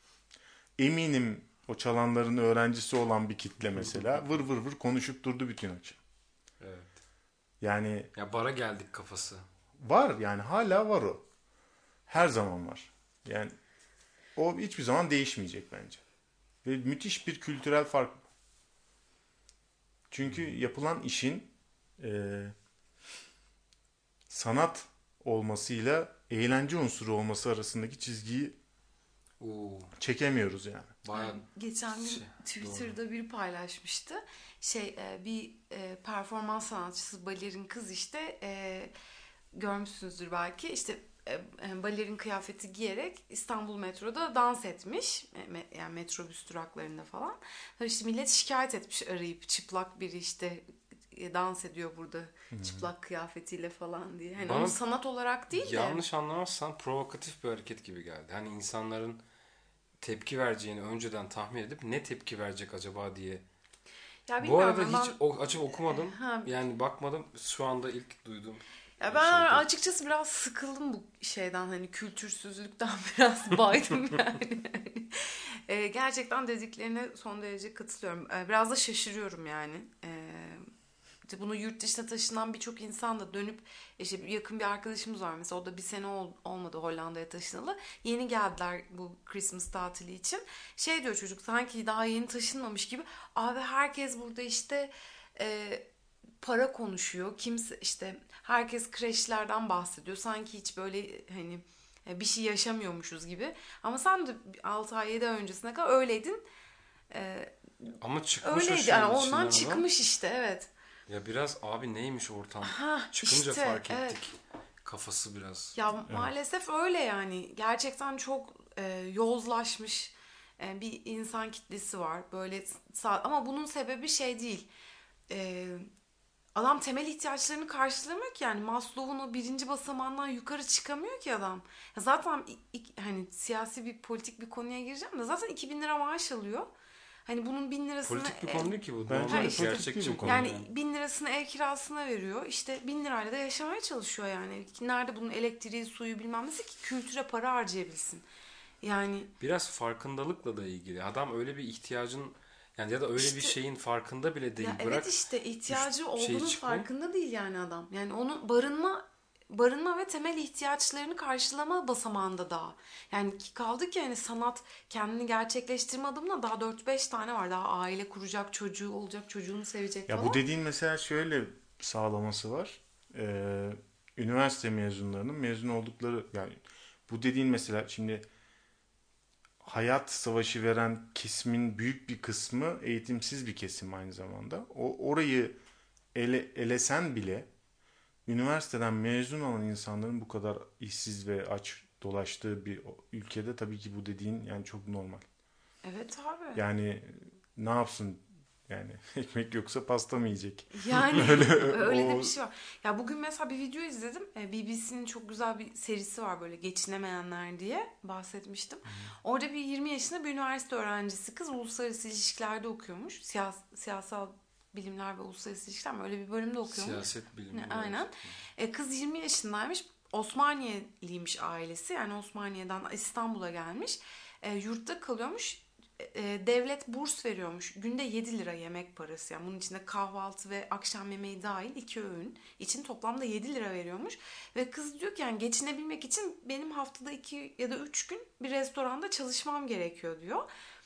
eminim o çalanların öğrencisi olan bir kitle mesela vır vır vır konuşup durdu bütün akşam. Evet. Yani Ya bara geldik kafası. var yani hala var o. Her zaman var. Yani o hiçbir zaman değişmeyecek bence. Ve müthiş bir kültürel fark. Çünkü yapılan işin e, sanat olmasıyla eğlence unsuru olması arasındaki çizgiyi Oo. çekemiyoruz yani. Bayağı Geçen gün şey, Twitter'da biri paylaşmıştı. Şey e, bir e, performans sanatçısı balerin kız işte e, görmüşsünüzdür belki işte e, e, balerin kıyafeti giyerek İstanbul metroda dans etmiş. E, me- yani metrobüs duraklarında falan. Sonra işte millet şikayet etmiş arayıp çıplak biri işte e, dans ediyor burada çıplak kıyafetiyle falan diye. Hani Bana onu sanat olarak değil de. yanlış anlamazsan provokatif bir hareket gibi geldi. Hani insanların tepki vereceğini önceden tahmin edip ne tepki verecek acaba diye. Ya Bu bilmiyorum arada ben. hiç o, açıp okumadım. Ha, Yani bakmadım. Şu anda ilk duyduğum ya bir ben şeydi. açıkçası biraz sıkıldım bu şeyden hani kültürsüzlükten biraz baydım yani. Ee, gerçekten dediklerine son derece katılıyorum. Ee, biraz da şaşırıyorum yani. Ee, işte bunu yurt dışına taşınan birçok insan da dönüp işte yakın bir arkadaşımız var mesela o da bir sene ol, olmadı Hollanda'ya taşınalı. Yeni geldiler bu Christmas tatili için. Şey diyor çocuk sanki daha yeni taşınmamış gibi. Abi herkes burada işte e, para konuşuyor. Kimse işte herkes kreşlerden bahsediyor. Sanki hiç böyle hani bir şey yaşamıyormuşuz gibi. Ama sen de altı ay yedi ay öncesine kadar öyleydin. Ee, Ama çıkmış o öyleydi. şeyin Yani ondan içinden adam. çıkmış işte evet. Ya biraz abi neymiş ortam. Ha Çıkınca işte fark evet. ettik. Kafası biraz. Ya maalesef öyle yani. Gerçekten çok e, yozlaşmış e, bir insan kitlesi var. Böyle sa- ama bunun sebebi şey değil. E, Adam temel ihtiyaçlarını karşılamıyor ki yani Maslow'un o birinci basamağından yukarı çıkamıyor ki adam. Ya zaten ik- hani siyasi bir politik bir konuya gireceğim de zaten iki bin lira maaş alıyor. Hani bunun bin lirasını Politik bir ev- konu değil ki bu. Bence Normal de politik gerçekçi bir bir konu. yani Yani. bin lirasını ev kirasına veriyor. İşte bin lirayla da yaşamaya çalışıyor yani. Nerede bunun elektriği, suyu bilmem nesi ki kültüre para harcayabilsin. Yani Biraz farkındalıkla da ilgili. Adam öyle bir ihtiyacın Yani ya da öyle İşte- bir şeyin farkında bile değil. Ya Bırak evet işte ihtiyacı üst şeyi olduğunun çıkma. farkında değil yani adam. Yani onun barınma barınma ve temel ihtiyaçlarını karşılama basamağında daha. Yani ki- kaldı ki hani sanat kendini gerçekleştirme adımına daha dört beş tane var. Daha aile kuracak, çocuğu olacak, çocuğunu sevecek Ya falan. bu dediğin mesela şöyle sağlaması var. Ee, üniversite mezunlarının mezun oldukları, yani bu dediğin mesela şimdi hayat savaşı veren kesimin büyük bir kısmı eğitimsiz bir kesim aynı zamanda. O orayı ele, elesen bile üniversiteden mezun olan insanların bu kadar işsiz ve aç dolaştığı bir ülkede tabii ki bu dediğin yani çok normal. Evet abi. Yani ne yapsın yani ekmek yoksa pasta mı yiyecek? Yani Öyle öyle de o bir şey var. Ya bugün mesela bir video izledim. E, B B C'nin çok güzel bir serisi var böyle geçinemeyenler diye bahsetmiştim. Orada bir yirmi yaşında bir üniversite öğrencisi kız uluslararası ilişkilerde okuyormuş. Siyas siyasal bilimler ve uluslararası ilişkiler mi? Öyle bir bölümde okuyormuş. Siyaset bilimi. Ne, aynen. E, kız yirmi yaşındaymış. Osmaniyeliymiş ailesi. Yani Osmaniye'den İstanbul'a gelmiş. E, yurtta kalıyormuş. E, devlet burs veriyormuş. Günde yedi lira yemek parası. Yani bunun içinde kahvaltı ve akşam yemeği dahil iki öğün için toplamda yedi lira veriyormuş. Ve kız diyor ki yani geçinebilmek için benim haftada iki ya da üç gün bir restoranda çalışmam gerekiyor diyor.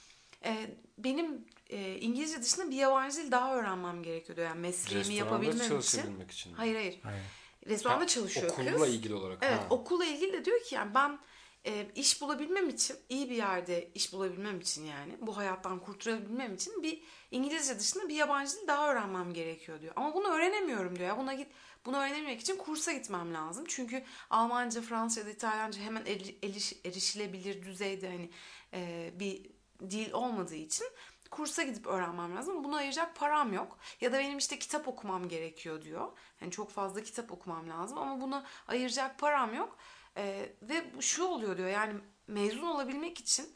E, benim e, İngilizce dışında bir yabancı dil daha öğrenmem gerekiyor diyor. Yani mesleğimi Restoranda yapabilmem için. çalışabilmek için. Hayır hayır. Hayır. Restoranda Ha, çalışıyor kız. okulla ilgili olarak. Evet, Ha. okulla ilgili de diyor ki yani ben e, iş bulabilmem için, iyi bir yerde iş bulabilmem için yani bu hayattan kurtulabilmem için bir İngilizce dışında bir yabancı dil daha öğrenmem gerekiyor diyor. Ama bunu öğrenemiyorum diyor. Ya buna git bunu öğrenebilmek için kursa gitmem lazım. Çünkü Almanca, Fransızca ya da İtalyanca hemen eri- eriş, erişilebilir düzeyde hani e, bir dil olmadığı için kursa gidip öğrenmem lazım. Buna ayıracak param yok. Ya da benim işte kitap okumam gerekiyor diyor. Yani çok fazla kitap okumam lazım ama buna ayıracak param yok. Ee, ve şu oluyor diyor yani mezun olabilmek için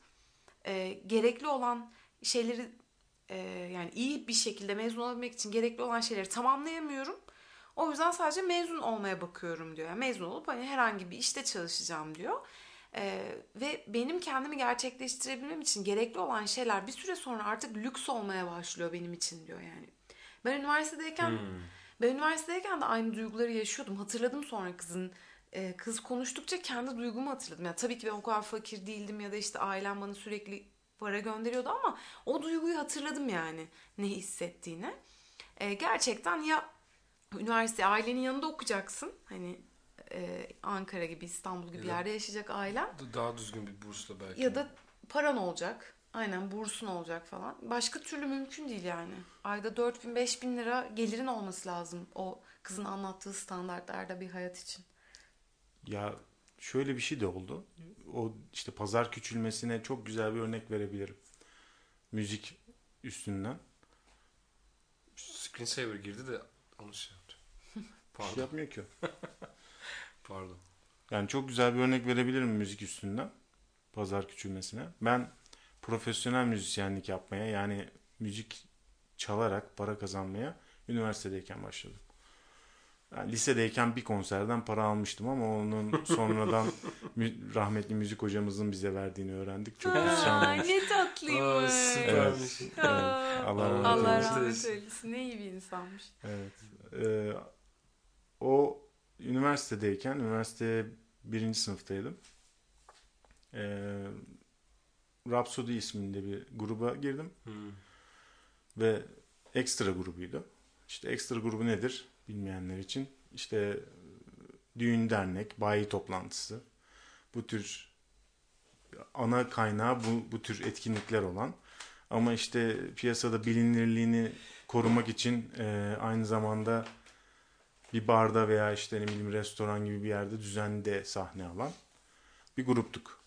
e, gerekli olan şeyleri e, yani iyi bir şekilde mezun olabilmek için gerekli olan şeyleri tamamlayamıyorum. O yüzden sadece mezun olmaya bakıyorum diyor. Yani mezun olup hani herhangi bir işte çalışacağım diyor. Ee, ve benim kendimi gerçekleştirebilmem için gerekli olan şeyler bir süre sonra artık lüks olmaya başlıyor benim için diyor yani. Ben üniversitedeyken Hmm. ben üniversitedeyken de aynı duyguları yaşıyordum. Hatırladım sonra kızın e, kız konuştukça kendi duygumu hatırladım. Yani tabii ki ben o kadar fakir değildim ya da işte ailem bana sürekli para gönderiyordu ama o duyguyu hatırladım yani ne hissettiğini. E, gerçekten ya üniversite ailenin yanında okuyacaksın. Hani e, Ankara gibi İstanbul gibi Ya bir da- yerde yaşayacak ailen. D- Daha düzgün bir bursla belki. Ya da paran olacak. Aynen bursun olacak falan. Başka türlü mümkün değil yani. Ayda dört bin beş bin lira gelirin olması lazım o kızın anlattığı standartlarda bir hayat için. Ya şöyle bir şey de oldu. O işte pazar küçülmesine çok güzel bir örnek verebilirim. Müzik üstünden. Screensaver girdi de onu şey yaptı. Bir şey Pardon. yapmıyor ki o. Pardon. Yani çok güzel bir örnek verebilirim müzik üstünden. Pazar küçülmesine. Ben profesyonel müzisyenlik yapmaya, yani müzik çalarak para kazanmaya üniversitedeyken başladım. Yani lisedeyken bir konserden para almıştım ama onun sonradan mü- rahmetli müzik hocamızın bize verdiğini öğrendik. Çok Aa, isyanlıymış. ne tatlıymış. Aa, süpermiş. Evet. Aa, Allah rahmet Allah eylesin. rahmet eylesin. Ne iyi bir insanmış. Evet. Ee, o üniversitedeyken, üniversite birinci sınıftaydım. Ee, Rhapsody isminde bir gruba girdim. Hmm. Ve ekstra grubuydu. İşte ekstra grubu nedir bilmeyenler için? İşte düğün, dernek, bayi toplantısı. Bu tür ana kaynağı bu, bu tür etkinlikler olan. Ama işte piyasada bilinirliğini korumak için e, aynı zamanda bir barda veya işte ne bileyim restoran gibi bir yerde düzenli de sahne alan bir gruptuk.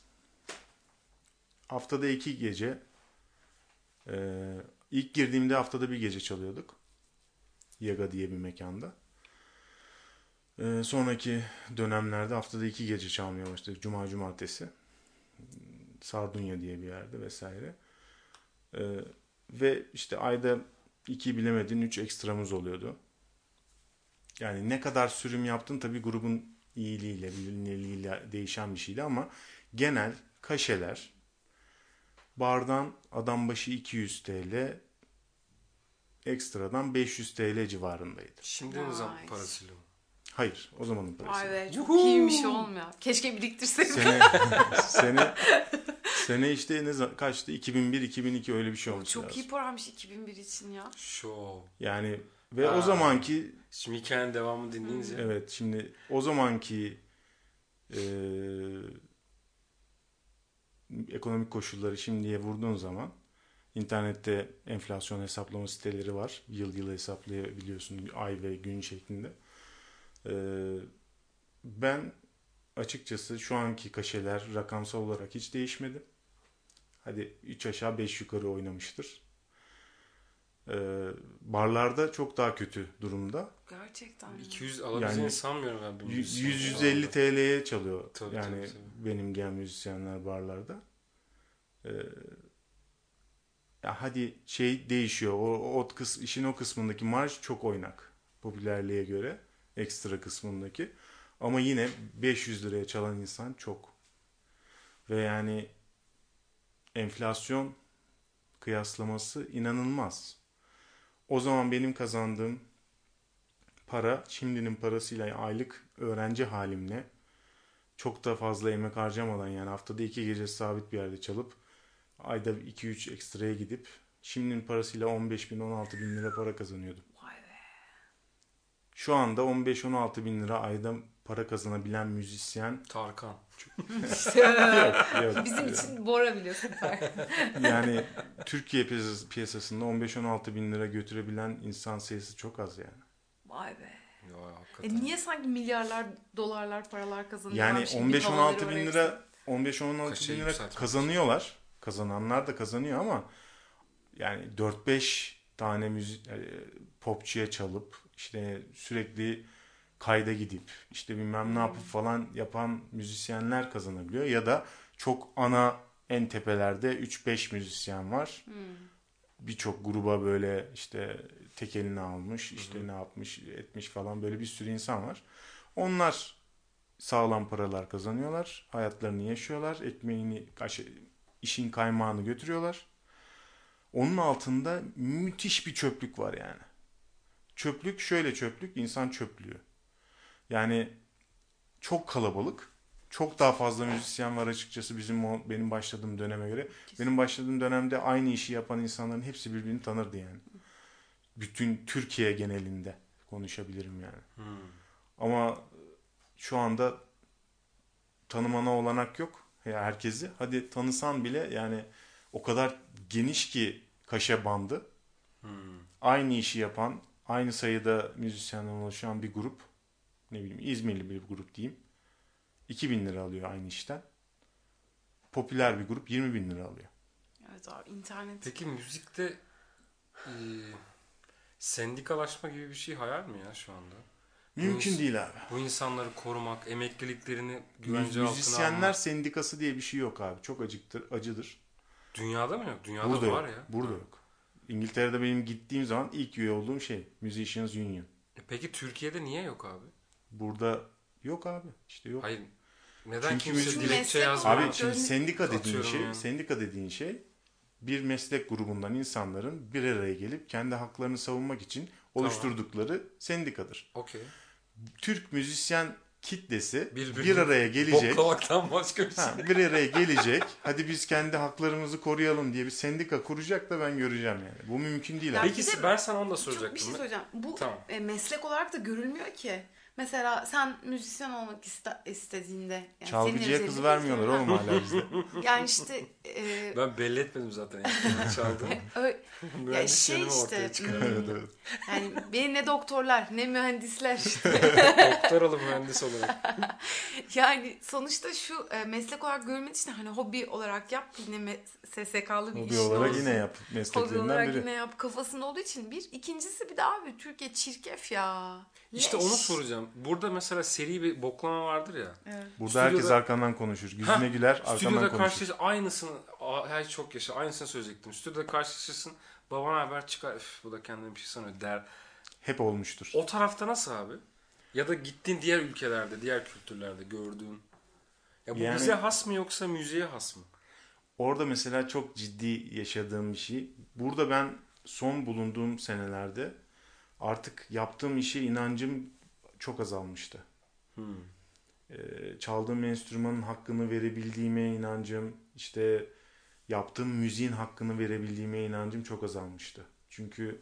Haftada iki gece, e, ilk girdiğimde haftada bir gece çalıyorduk. Yaga diye bir mekanda. E, sonraki dönemlerde haftada iki gece çalmaya başladık. Cuma, cumartesi. Sardunya diye bir yerde vesaire. E, ve işte ayda iki bilemedin üç ekstramız oluyordu. Yani ne kadar sürüm yaptın tabii grubun iyiliğiyle, bilinirliğiyle değişen bir şeydi ama genel kaşeler bardan adam başı iki yüz T L, ekstradan beş yüz T L civarındaydı. Şimdinin zam Nice. parasıyla mı? Hayır, o zamanın parası. Vay be, çok Yuhuu. iyiymiş oğlum ya. Keşke biriktirseydim. Sene sene sene işte ne zaman kaçtı? iki bin bir iki bin iki öyle bir şey olmuş Çok lazım. iyi paraymış iki bin bir için ya. Şov. Yani ve Aa. o zamanki Şimdi hikayenin devamını dinleyince. evet şimdi o zamanki e, ekonomik koşulları şimdiye vurduğun zaman internette enflasyon hesaplama siteleri var. Yıl yıl hesaplayabiliyorsun ay ve gün şeklinde. E, ben açıkçası şu anki kaşeler rakamsal olarak hiç değişmedi. Hadi üç aşağı beş yukarı oynamıştır. Ee, barlarda çok daha kötü durumda. Gerçekten. iki yüz alabileceğini Yani sanmıyorum ben. bir yüz müzisyen yüz şu elli anda. T L'ye çalıyor. Tabii, yani tabii, tabii. benim gelen müzisyenler barlarda. Ee, ya hadi şey değişiyor. O, o kıs, işin o kısmındaki marj çok oynak. Popülerliğe göre ekstra kısmındaki. Ama yine beş yüz liraya çalan insan çok. Ve yani enflasyon kıyaslaması inanılmaz. O zaman benim kazandığım para şimdinin parasıyla aylık öğrenci halimle çok da fazla emek harcamadan yani haftada iki gece sabit bir yerde çalıp ayda iki üç ekstraya gidip şimdinin parasıyla on beş bin on altı bin lira para kazanıyordum. Vay be. Şu anda on beş on altı bin lira ayda para kazanabilen müzisyen Tarkan. yok. yok. Bizim için Bora biliyorsun. Yani Türkiye piyasası, piyasasında on beş on altı bin lira götürebilen insan sayısı çok az yani. Vay be. Ya, hakikaten. E niye sanki milyarlar, dolarlar, paralar kazanıyorlar? Yani Şimdi on beş on havaları altı bin oraya lira on beş on altı Kaşeyi bin lira yükseltmek kazanıyorlar. Kazananlar da kazanıyor ama yani dört beş tane müzik e, popçuya çalıp işte sürekli kayda gidip işte bilmem ne yapıp falan yapan müzisyenler kazanabiliyor ya da çok ana en tepelerde üç beş müzisyen var. Hmm. Birçok gruba böyle işte tek elini almış, işte hı hı. ne yapmış, etmiş falan böyle bir sürü insan var. Onlar sağlam paralar kazanıyorlar, hayatlarını yaşıyorlar, ekmeğini, işin kaymağını götürüyorlar. Onun altında müthiş bir çöplük var yani. Çöplük şöyle çöplük, insan çöplüğü. Yani çok kalabalık, çok daha fazla müzisyen var açıkçası bizim o, benim başladığım döneme göre. Benim başladığım dönemde aynı işi yapan insanların hepsi birbirini tanırdı yani. Bütün Türkiye genelinde konuşabilirim yani. Hmm. Ama şu anda tanımana olanak yok herkesi. Hadi tanısan bile yani o kadar geniş ki kaşe bandı. Hmm. Aynı işi yapan, aynı sayıda müzisyenden oluşan bir grup, ne bileyim İzmirli bir grup diyeyim, iki bin lira alıyor aynı işten. Popüler bir grup yirmi bin lira alıyor. Evet abi, internet. Peki müzikte e, sendikalaşma gibi bir şey hayal mi ya şu anda? Mümkün bu, değil abi. Bu insanları korumak, emekliliklerini güvence altına almak. Müzisyenler sendikası diye bir şey yok abi. Çok acıktır, acıdır. Dünyada mı yok? Dünyada burada var yok. ya. Burada ha. yok. İngiltere'de benim gittiğim zaman ilk üye olduğum şey Musicians Union. E peki Türkiye'de niye yok abi? Burada yok abi. İşte yok. Hayır. Neden çünkü kimse müzik... dilekçe yazmıyor? Abi şimdi sendika dediğin şey, yani. sendika dediğin şey bir meslek grubundan insanların bir araya gelip kendi haklarını savunmak için oluşturdukları tamam. sendikadır. Okey. Türk müzisyen kitlesi bir, bir araya gelecek. Boklamaktan başka bir şey. Ha, bir araya gelecek. Hadi biz kendi haklarımızı koruyalım diye bir sendika kuracak da ben göreceğim yani. Bu mümkün değil. Peki de, ben sana onu da soracaktım. Bir şey söyleyeceğim. Bu tamam. e, meslek olarak da görülmüyor ki. Mesela sen müzisyen olmak iste, istediğinde yani çalgıcıya kız vermiyorlar oğlum hala bizde. Yani işte e, ben belli etmedim zaten yani çaldım. Ya şey işte evet, evet. Yani beni ne doktorlar ne mühendisler işte. Doktor alım mühendis olarak. Yani sonuçta şu e, meslek olarak görülmediği için hani hobi olarak yap yine S S K'lı bir hobi iş olarak olsun. yine yap mesleklerinden hobi olarak biri. yine yap kafasında olduğu için bir. İkincisi bir de abi Türkiye çirkef ya. İşte Leş. Onu soracağım. Burada mesela seri bir boklama vardır ya. Evet. Burada stüdyoda, herkes arkandan konuşur. Yüzüne ha, güler arkandan konuşur. Stüdyoda karşılaşırsın aynısını, ay çok yaşa aynısını söyleyecektim. Stüdyoda karşılaşırsın, babana haber çıkar, bu da kendine bir şey sanıyor der. Hep olmuştur. O tarafta nasıl abi? Ya da gittiğin diğer ülkelerde, diğer kültürlerde gördüğün. Ya bu yani, bize has mı yoksa müziğe has mı? Orada mesela çok ciddi yaşadığım bir şey. Burada ben son bulunduğum senelerde artık yaptığım işe inancım çok azalmıştı. Hmm. Ee, çaldığım enstrümanın hakkını verebildiğime inancım, işte yaptığım müziğin hakkını verebildiğime inancım çok azalmıştı. Çünkü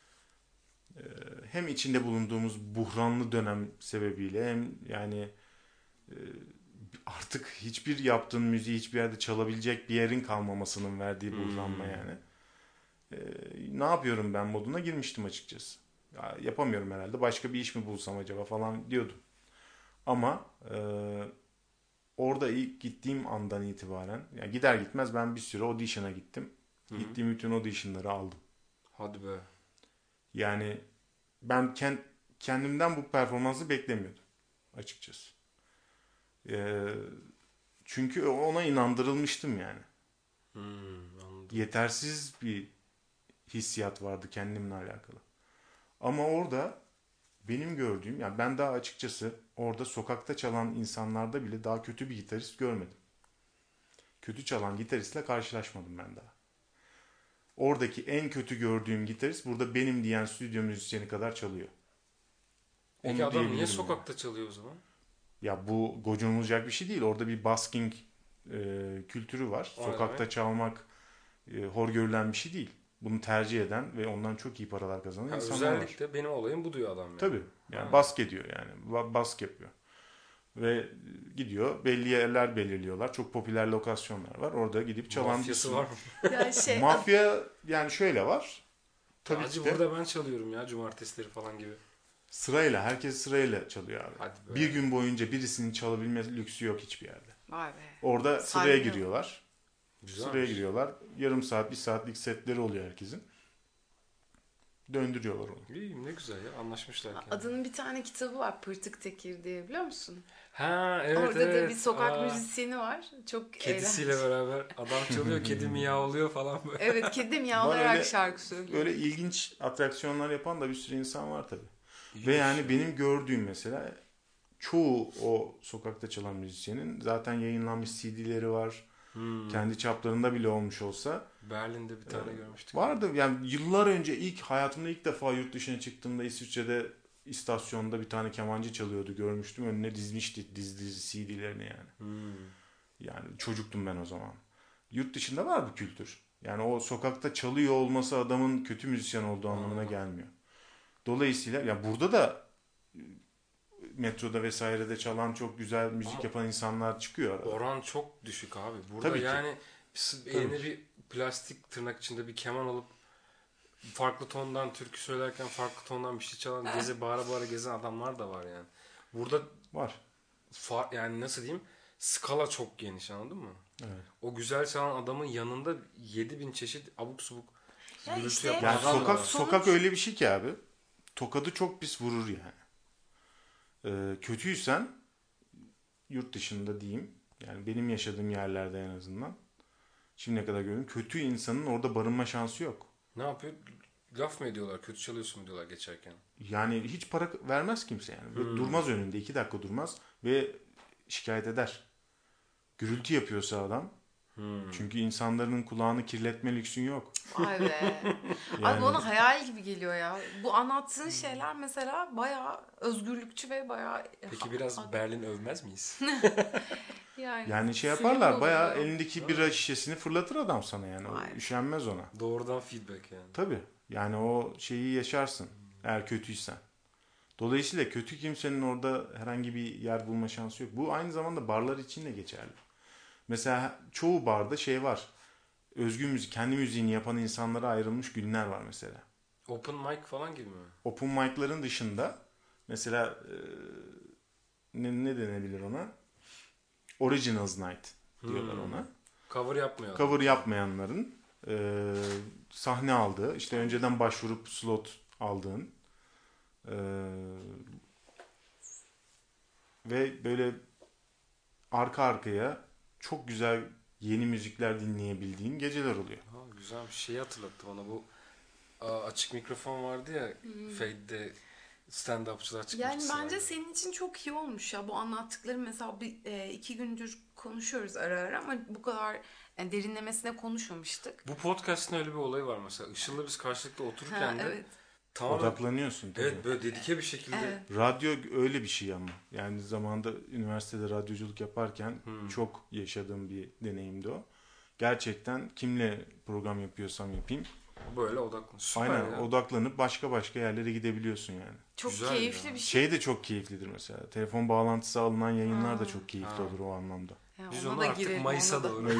e, hem içinde bulunduğumuz buhranlı dönem sebebiyle hem yani e, artık hiçbir yaptığın müziği hiçbir yerde çalabilecek bir yerin kalmamasının verdiği buhranla Hmm. yani. E, ne yapıyorum ben moduna girmiştim açıkçası. Ya, yapamıyorum herhalde. Başka bir iş mi bulsam acaba falan diyordum. Ama e, orada ilk gittiğim andan itibaren yani gider gitmez ben bir süre audition'a gittim. Hı hı. Gittiğim bütün audition'ları aldım. Hadi be. Yani ben kendimden bu performansı beklemiyordum açıkçası. Ee, çünkü ona inandırılmıştım yani. Hmm, anladım. Yetersiz bir hissiyat vardı kendimle alakalı. Ama orada benim gördüğüm, yani ben daha açıkçası orada sokakta çalan insanlarda bile daha kötü bir gitarist görmedim. Kötü çalan gitaristle karşılaşmadım ben daha. Oradaki en kötü gördüğüm gitarist burada benim diyen stüdyo müzisyeni kadar çalıyor. Peki Onu adam niye diyebilirim sokakta çalıyor o zaman? Ya bu gocunulacak bir şey değil. Orada bir busking e, kültürü var. O ne Sokakta demek? çalmak e, hor görülen bir şey değil. Bunu tercih eden ve ondan çok iyi paralar kazanan Ha, insanlar var. özellikle benim olayım bu diyor adam yani. Tabii. Yani Ha. bask ediyor yani. Ba- Bask yapıyor. Ve gidiyor belli yerler belirliyorlar. Çok popüler lokasyonlar var. Orada gidip çalan Mafyası bir var mı? Ya şey Mafya yani şöyle var. Tabii Acı ki de burada ben çalıyorum ya cumartesileri falan gibi. sırayla herkes sırayla çalıyor abi. Hadi be. Bir gün boyunca birisinin çalabilme lüksü yok hiçbir yerde. vay be. Orada sıraya Saygı. giriyorlar. Güzelmiş. Sıraya giriyorlar. Yarım saat, bir saatlik setleri oluyor herkesin. Döndürüyorlar onu. İyi, ne güzel ya, anlaşmışlar kendine. Adının bir tane kitabı var, Pırtık Tekir diye, biliyor musun? Ha evet Orada evet. da bir sokak Aa, müzisyeni var. Çok kedisiyle eğlenceli. beraber adam çalıyor, kedi miyavlıyor falan böyle. Evet, kedi Var miyavlayarak öyle, şarkı söylüyor. öyle ilginç atraksiyonlar yapan da bir sürü insan var tabii. İyiymiş Ve yani ya. benim gördüğüm mesela çoğu o sokakta çalan müzisyenin zaten yayınlanmış C D'leri var. Hmm. Kendi çaplarında bile olmuş olsa. Berlin'de bir tane Ee, görmüştük. Vardı yani yıllar önce ilk hayatımda ilk defa yurt dışına çıktığımda İsviçre'de istasyonda bir tane kemancı çalıyordu, görmüştüm. Önüne dizmişti dizi dizi C D'lerini yani. Hmm. Yani çocuktum ben o zaman. Yurt dışında var bu kültür. Yani o sokakta çalıyor olması adamın kötü müzisyen olduğu anlamına Anladım. gelmiyor. Dolayısıyla ya burada da e, metroda vesairede çalan çok güzel müzik Ama yapan insanlar çıkıyor arada. oran çok düşük abi. Burada Tabii ki. yani s- Tabii eline ki. bir plastik tırnak içinde bir keman alıp farklı tondan türkü söylerken farklı tondan bir şey çalan, geze bağıra bağıra gezen adamlar da var yani. Burada Var. fa- yani nasıl diyeyim, skala çok geniş, anladın mı? Evet. O güzel çalan adamın yanında yedi bin çeşit abuk subuk Ya gürültü işte- yapan Yani adam da sokak var. sokak öyle bir şey ki abi. Tokadı çok pis vurur yani. Ee, kötüysen yurt dışında diyeyim. Yani benim yaşadığım yerlerde en azından. Şimdiye kadar gördüm. Kötü insanın orada barınma şansı yok. Ne yapıyor? Laf mı ediyorlar? Kötü çalıyorsun mu diyorlar geçerken? Yani hiç para vermez kimse yani. Ve Hmm. durmaz önünde. iki dakika durmaz. Ve şikayet eder. Gürültü yapıyorsa adam. Hmm. Çünkü insanların kulağını kirletme lüksün yok. Vay be. Abi Yani- bana hayal gibi geliyor ya. Bu anlattığın şeyler mesela bayağı özgürlükçü ve bayağı... Peki biraz Berlin övmez miyiz? yani, Yani şey suyum yaparlar. Bayağı bozuluyor. elindeki bira şişesini fırlatır adam sana yani. O Vay. üşenmez ona. Doğrudan feedback yani. Tabii. Yani o şeyi yaşarsın. Eğer kötüysen. Dolayısıyla kötü kimsenin orada herhangi bir yer bulma şansı yok. Bu aynı zamanda barlar için de geçerli. Mesela çoğu barda şey var. Özgün müzik, kendi müziğini yapan insanlara ayrılmış günler var mesela. Open mic falan gibi mi? Open mic'ların dışında mesela e, ne, ne denebilir ona? Originals Night diyorlar Hmm. ona. Cover yapmıyor. Cover yapmayanların e, sahne aldığı, işte önceden başvurup slot aldığın e, ve böyle arka arkaya çok güzel yeni müzikler dinleyebildiğin geceler oluyor. Ha, güzel bir şey hatırlattı bana bu. Aa, açık mikrofon vardı ya, Fade'de stand-upçılar çıkmıştı. Yani bence sırayla. senin için çok iyi olmuş ya bu anlattıklarım. Mesela bir, e, iki gündür konuşuyoruz ara ara ama bu kadar yani derinlemesine konuşmamıştık. Bu podcast'ın öyle bir olayı var mesela. Işıl'la biz karşılıklı otururken Ha, de evet. tamamen, Odaklanıyorsun tabii. evet, böyle dedike bir şekilde. Evet. Radyo öyle bir şey ama. Yani zamanında üniversitede radyoculuk yaparken Hmm. çok yaşadığım bir deneyimdi o. Gerçekten kimle program yapıyorsam yapayım. Böyle odaklan. Süper Aynen ya. odaklanıp başka başka yerlere gidebiliyorsun yani. Çok Güzel keyifli ya. bir şey. Şey de çok keyiflidir mesela. Telefon bağlantısı alınan yayınlar da Ha. çok keyifli Ha. olur o anlamda. Yani Biz ona onu da artık girelim, Mayıs'a ona da. doğru.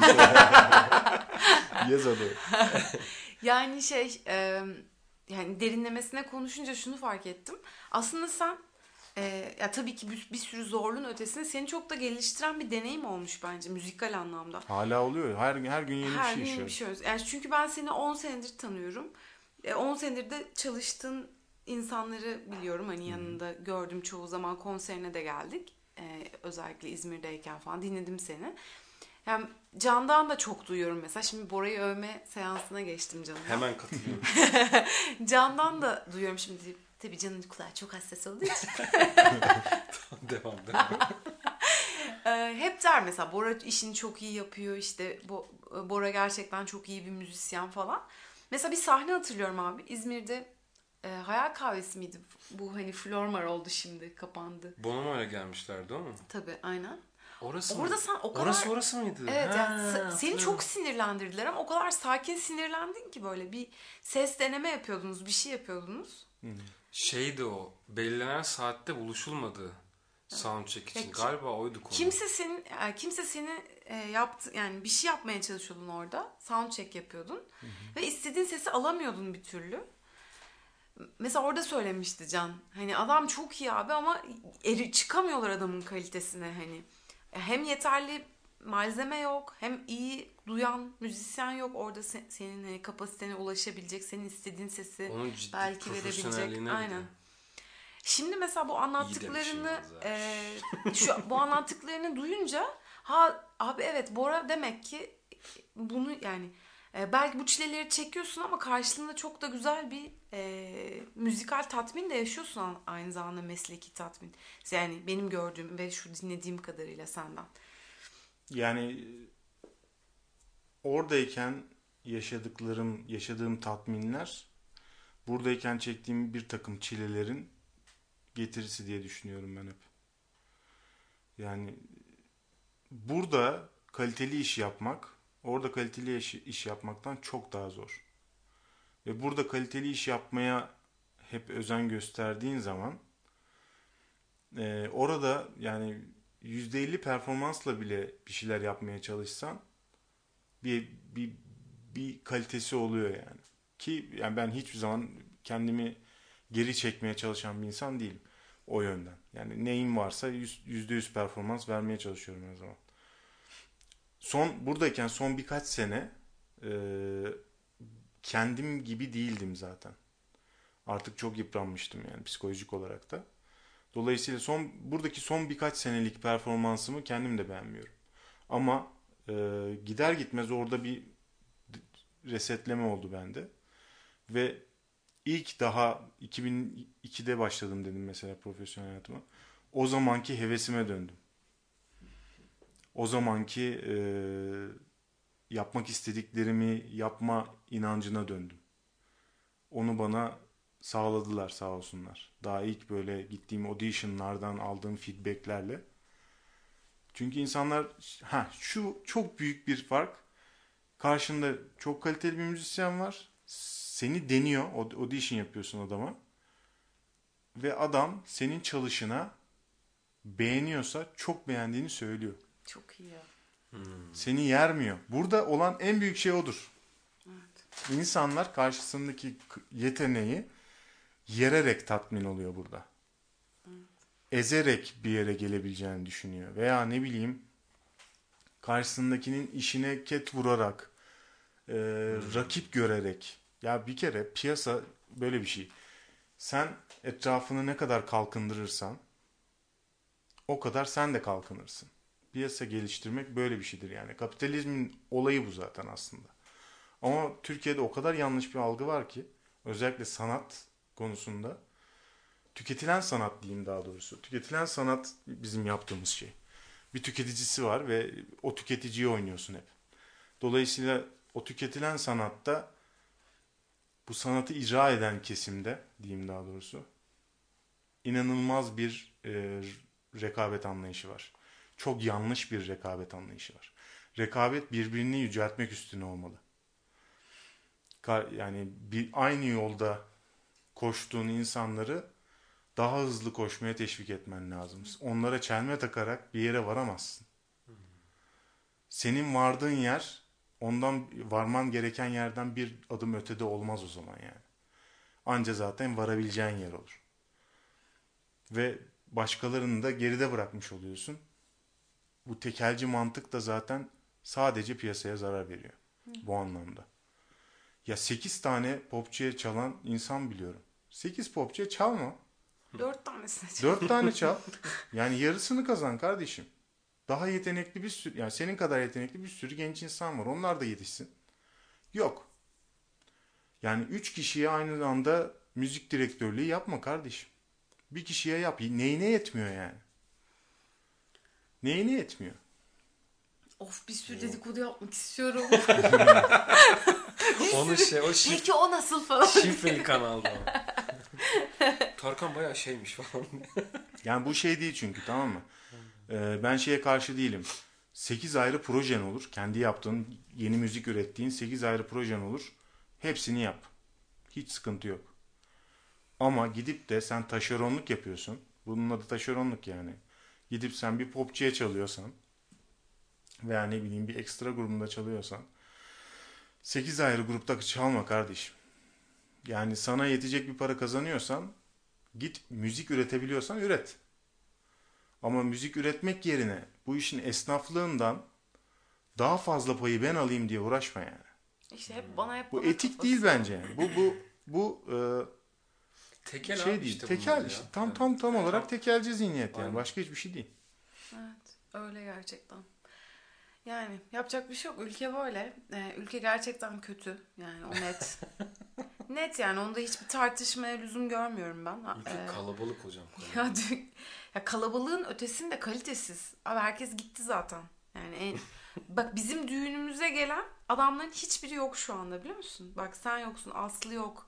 Yaz adı. Yani şey e, yani derinlemesine konuşunca şunu fark ettim. Aslında sen e, ya tabii ki bir, bir sürü zorluğun ötesinde seni çok da geliştiren bir deneyim olmuş bence müzikal anlamda. Hala oluyor. Her her gün yeni Her bir şey gün yeni bir yaşıyoruz. şey öğreniyoruz. Yani çünkü ben seni on senedir tanıyorum. E, on senedir de çalıştığın insanları biliyorum. Hani yanında gördüm, çoğu zaman konserine de geldik. E, özellikle İzmir'deyken falan dinledim seni. Yani Can'dan da çok duyuyorum mesela. Şimdi Bora'yı övme seansına geçtim Can'dan. Hemen katılıyorum. Can'dan da duyuyorum şimdi. Tabii Can'ın kulağı çok hassas olduğu için. devam devam. Ee, hep der mesela Bora işini çok iyi yapıyor, işte Bo- Bora gerçekten çok iyi bir müzisyen falan. Mesela bir sahne hatırlıyorum abi, İzmir'de e, Hayal Kahvesi miydi? Bu hani Flormar oldu, şimdi kapandı. Bonomo'ya gelmişlerdi o mu? Tabii, aynen. Orası Orada mı? sen o kadar... Orası orası mıydı? Evet, Ha, yani se- seni hatırlıyorum. çok sinirlendirdiler ama o kadar sakin sinirlendin ki, böyle bir ses deneme yapıyordunuz, bir şey yapıyordunuz. Şeydi o. Belirlenen saatte buluşulmadı. Soundcheck için. Ya, Galiba oydu konu. Kimse senin yani kimse seni e, yaptı, yani bir şey yapmaya çalışıyordun orada. Soundcheck yapıyordun. Hı hı. Ve istediğin sesi alamıyordun bir türlü. Mesela orada söylemişti Can. Hani adam çok iyi abi ama eri çıkamıyorlar adamın kalitesine hani. Hem yeterli malzeme yok, hem iyi duyan müzisyen yok. Orada se- senin hani kapasitene ulaşabilecek, senin istediğin sesi Onun ciddi belki verebilecek. profesyonelliğine bir de. Aynen. Şimdi mesela bu İyi anlattıklarını demişim yalnız e, şu bu anlattıklarını duyunca, ha abi evet, Bora demek ki bunu yani e, belki bu çileleri çekiyorsun ama karşılığında çok da güzel bir e, müzikal tatmin de yaşıyorsun, a- aynı zamanda mesleki tatmin. Yani benim gördüğüm ve şu dinlediğim kadarıyla senden. Yani oradayken yaşadıklarım, yaşadığım tatminler buradayken çektiğim bir takım çilelerin getirisi diye düşünüyorum ben hep. Yani burada kaliteli iş yapmak, orada kaliteli iş, iş yapmaktan çok daha zor. Ve burada kaliteli iş yapmaya hep özen gösterdiğin zaman e, orada yani yüzde elli performansla bile bir şeyler yapmaya çalışsan bir, bir, bir kalitesi oluyor yani. Ki yani ben hiçbir zaman kendimi geri çekmeye çalışan bir insan değilim o yönden. Yani neyim varsa yüzde yüz performans vermeye çalışıyorum her zaman. Son buradayken son birkaç sene e, kendim gibi değildim zaten. Artık çok yıpranmıştım yani psikolojik olarak da. Dolayısıyla son buradaki son birkaç senelik performansımı kendim de beğenmiyorum. Ama e, gider gitmez orada bir resetleme oldu bende. Ve ilk daha iki bin ikide başladım dedim mesela profesyonel hayatıma. O zamanki hevesime döndüm. O zamanki e, yapmak istediklerimi yapma inancına döndüm. Onu bana sağladılar sağ olsunlar. Daha ilk böyle gittiğim auditionlardan aldığım feedbacklerle. Çünkü insanlar ha şu çok büyük bir fark. Karşında çok kaliteli bir müzisyen var. Seni deniyor. Audition yapıyorsun adama. Ve adam senin çalışına beğeniyorsa çok beğendiğini söylüyor. Çok iyi ya. Hmm. Seni yermiyor. Burada olan en büyük şey odur. Evet. İnsanlar karşısındaki yeteneği yererek tatmin oluyor burada. Evet. Ezerek bir yere gelebileceğini düşünüyor. Veya ne bileyim karşısındakinin işine ket vurarak, e, hmm. rakip görerek. Ya bir kere piyasa böyle bir şey. Sen etrafını ne kadar kalkındırırsan o kadar sen de kalkınırsın. Piyasa geliştirmek böyle bir şeydir yani. Kapitalizmin olayı bu zaten aslında. Ama Türkiye'de o kadar yanlış bir algı var ki, özellikle sanat konusunda, tüketilen sanat diyeyim daha doğrusu. Tüketilen sanat bizim yaptığımız şey. bir tüketicisi var ve o tüketiciyi oynuyorsun hep. Dolayısıyla o tüketilen sanatta bu sanatı icra eden kesimde diyeyim daha doğrusu inanılmaz bir e, rekabet anlayışı var. Çok yanlış bir rekabet anlayışı var. Rekabet birbirini yüceltmek üstüne olmalı. Yani bir aynı yolda koştuğun insanları daha hızlı koşmaya teşvik etmen lazım. Onlara çelme takarak bir yere varamazsın. Senin vardığın yer ondan varman gereken yerden bir adım ötede olmaz o zaman yani. Anca zaten varabileceğin yer olur. Ve başkalarını da geride bırakmış oluyorsun. Bu tekelci mantık da zaten sadece piyasaya zarar veriyor. Hı. Bu anlamda. Ya sekiz tane popçuya çalan insan biliyorum. sekiz popçuya çalma. dört tanesini çal. dört tane çal. Yani yarısını kazan kardeşim. Daha yetenekli bir sürü, yani senin kadar yetenekli bir sürü genç insan var. Onlar da yetişsin. Yok. Yani üç kişiye aynı anda müzik direktörlüğü yapma kardeşim. Bir kişiye yap. Neyine yetmiyor yani? Neyine yetmiyor? Of bir sürü dedikodu yapmak istiyorum. Onu şey, o şif... Peki o nasıl falan? Şifreli kanalda. Tarkan bayağı şeymiş falan. Yani bu şey değil çünkü, tamam mı? Ee, ben şeye karşı değilim. sekiz ayrı projen olur. Kendi yaptığın, yeni müzik ürettiğin sekiz ayrı projen olur. Hepsini yap. Hiç sıkıntı yok. Ama gidip de sen taşeronluk yapıyorsun. Bunun adı taşeronluk yani. Gidip sen bir popçuya çalıyorsan veya ne bileyim bir ekstra grubunda çalıyorsan sekiz ayrı grupta çalma kardeşim. Yani sana yetecek bir para kazanıyorsan git müzik üretebiliyorsan üret. Ama müzik üretmek yerine bu işin esnaflığından daha fazla payı ben alayım diye uğraşma yani. İşte hep bana hep Bu bana etik kafası. değil bence yani. Bu bu bu e, tekel şey abi değil. işte Tekel işte. Tam ya. tam tam Evet. olarak tekelci zihniyet yani. Aynen. Başka hiçbir şey değil. Evet, öyle gerçekten. Yani yapacak bir şey yok. Ülke böyle. Ee, ülke gerçekten kötü. Yani o net. Net yani. Onda hiçbir tartışmaya lüzum görmüyorum ben. Ülke Ee, kalabalık hocam. ya, dü- ya kalabalığın ötesinde kalitesiz. Abi herkes gitti zaten. Yani en... Bak bizim düğünümüze gelen adamların hiçbiri yok şu anda, biliyor musun? Bak sen yoksun, Aslı yok.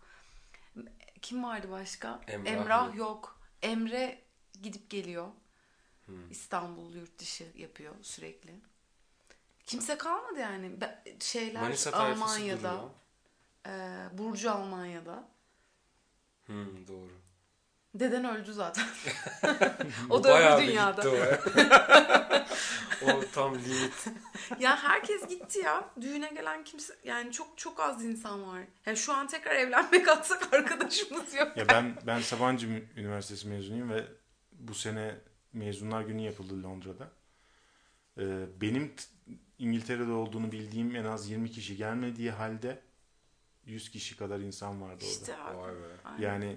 Kim vardı başka? Emrah, Emrah yok. yok. Emre gidip geliyor. Hmm. İstanbul yurt dışı yapıyor sürekli. Kimse kalmadı yani. Be- Şeyler Manisa tayfası Almanya'da. duruyor. E, Burcu Almanya'da. Hmm, doğru. Deden öldü zaten. O o da bayağı öbür bir dünyada. gitti o. O tam limit. Ya herkes gitti ya. Düğüne gelen kimse, yani çok çok az insan var. Yani şu an tekrar evlenmek atsak arkadaşımız yok. Ya ben ben Sabancı Üniversitesi mezunuyum ve bu sene mezunlar günü yapıldı Londra'da. Ee, benim t- İngiltere'de olduğunu bildiğim en az yirmi kişi gelmediği halde yüz kişi kadar insan vardı orada. İşte abi. Vay be. Aynen. Yani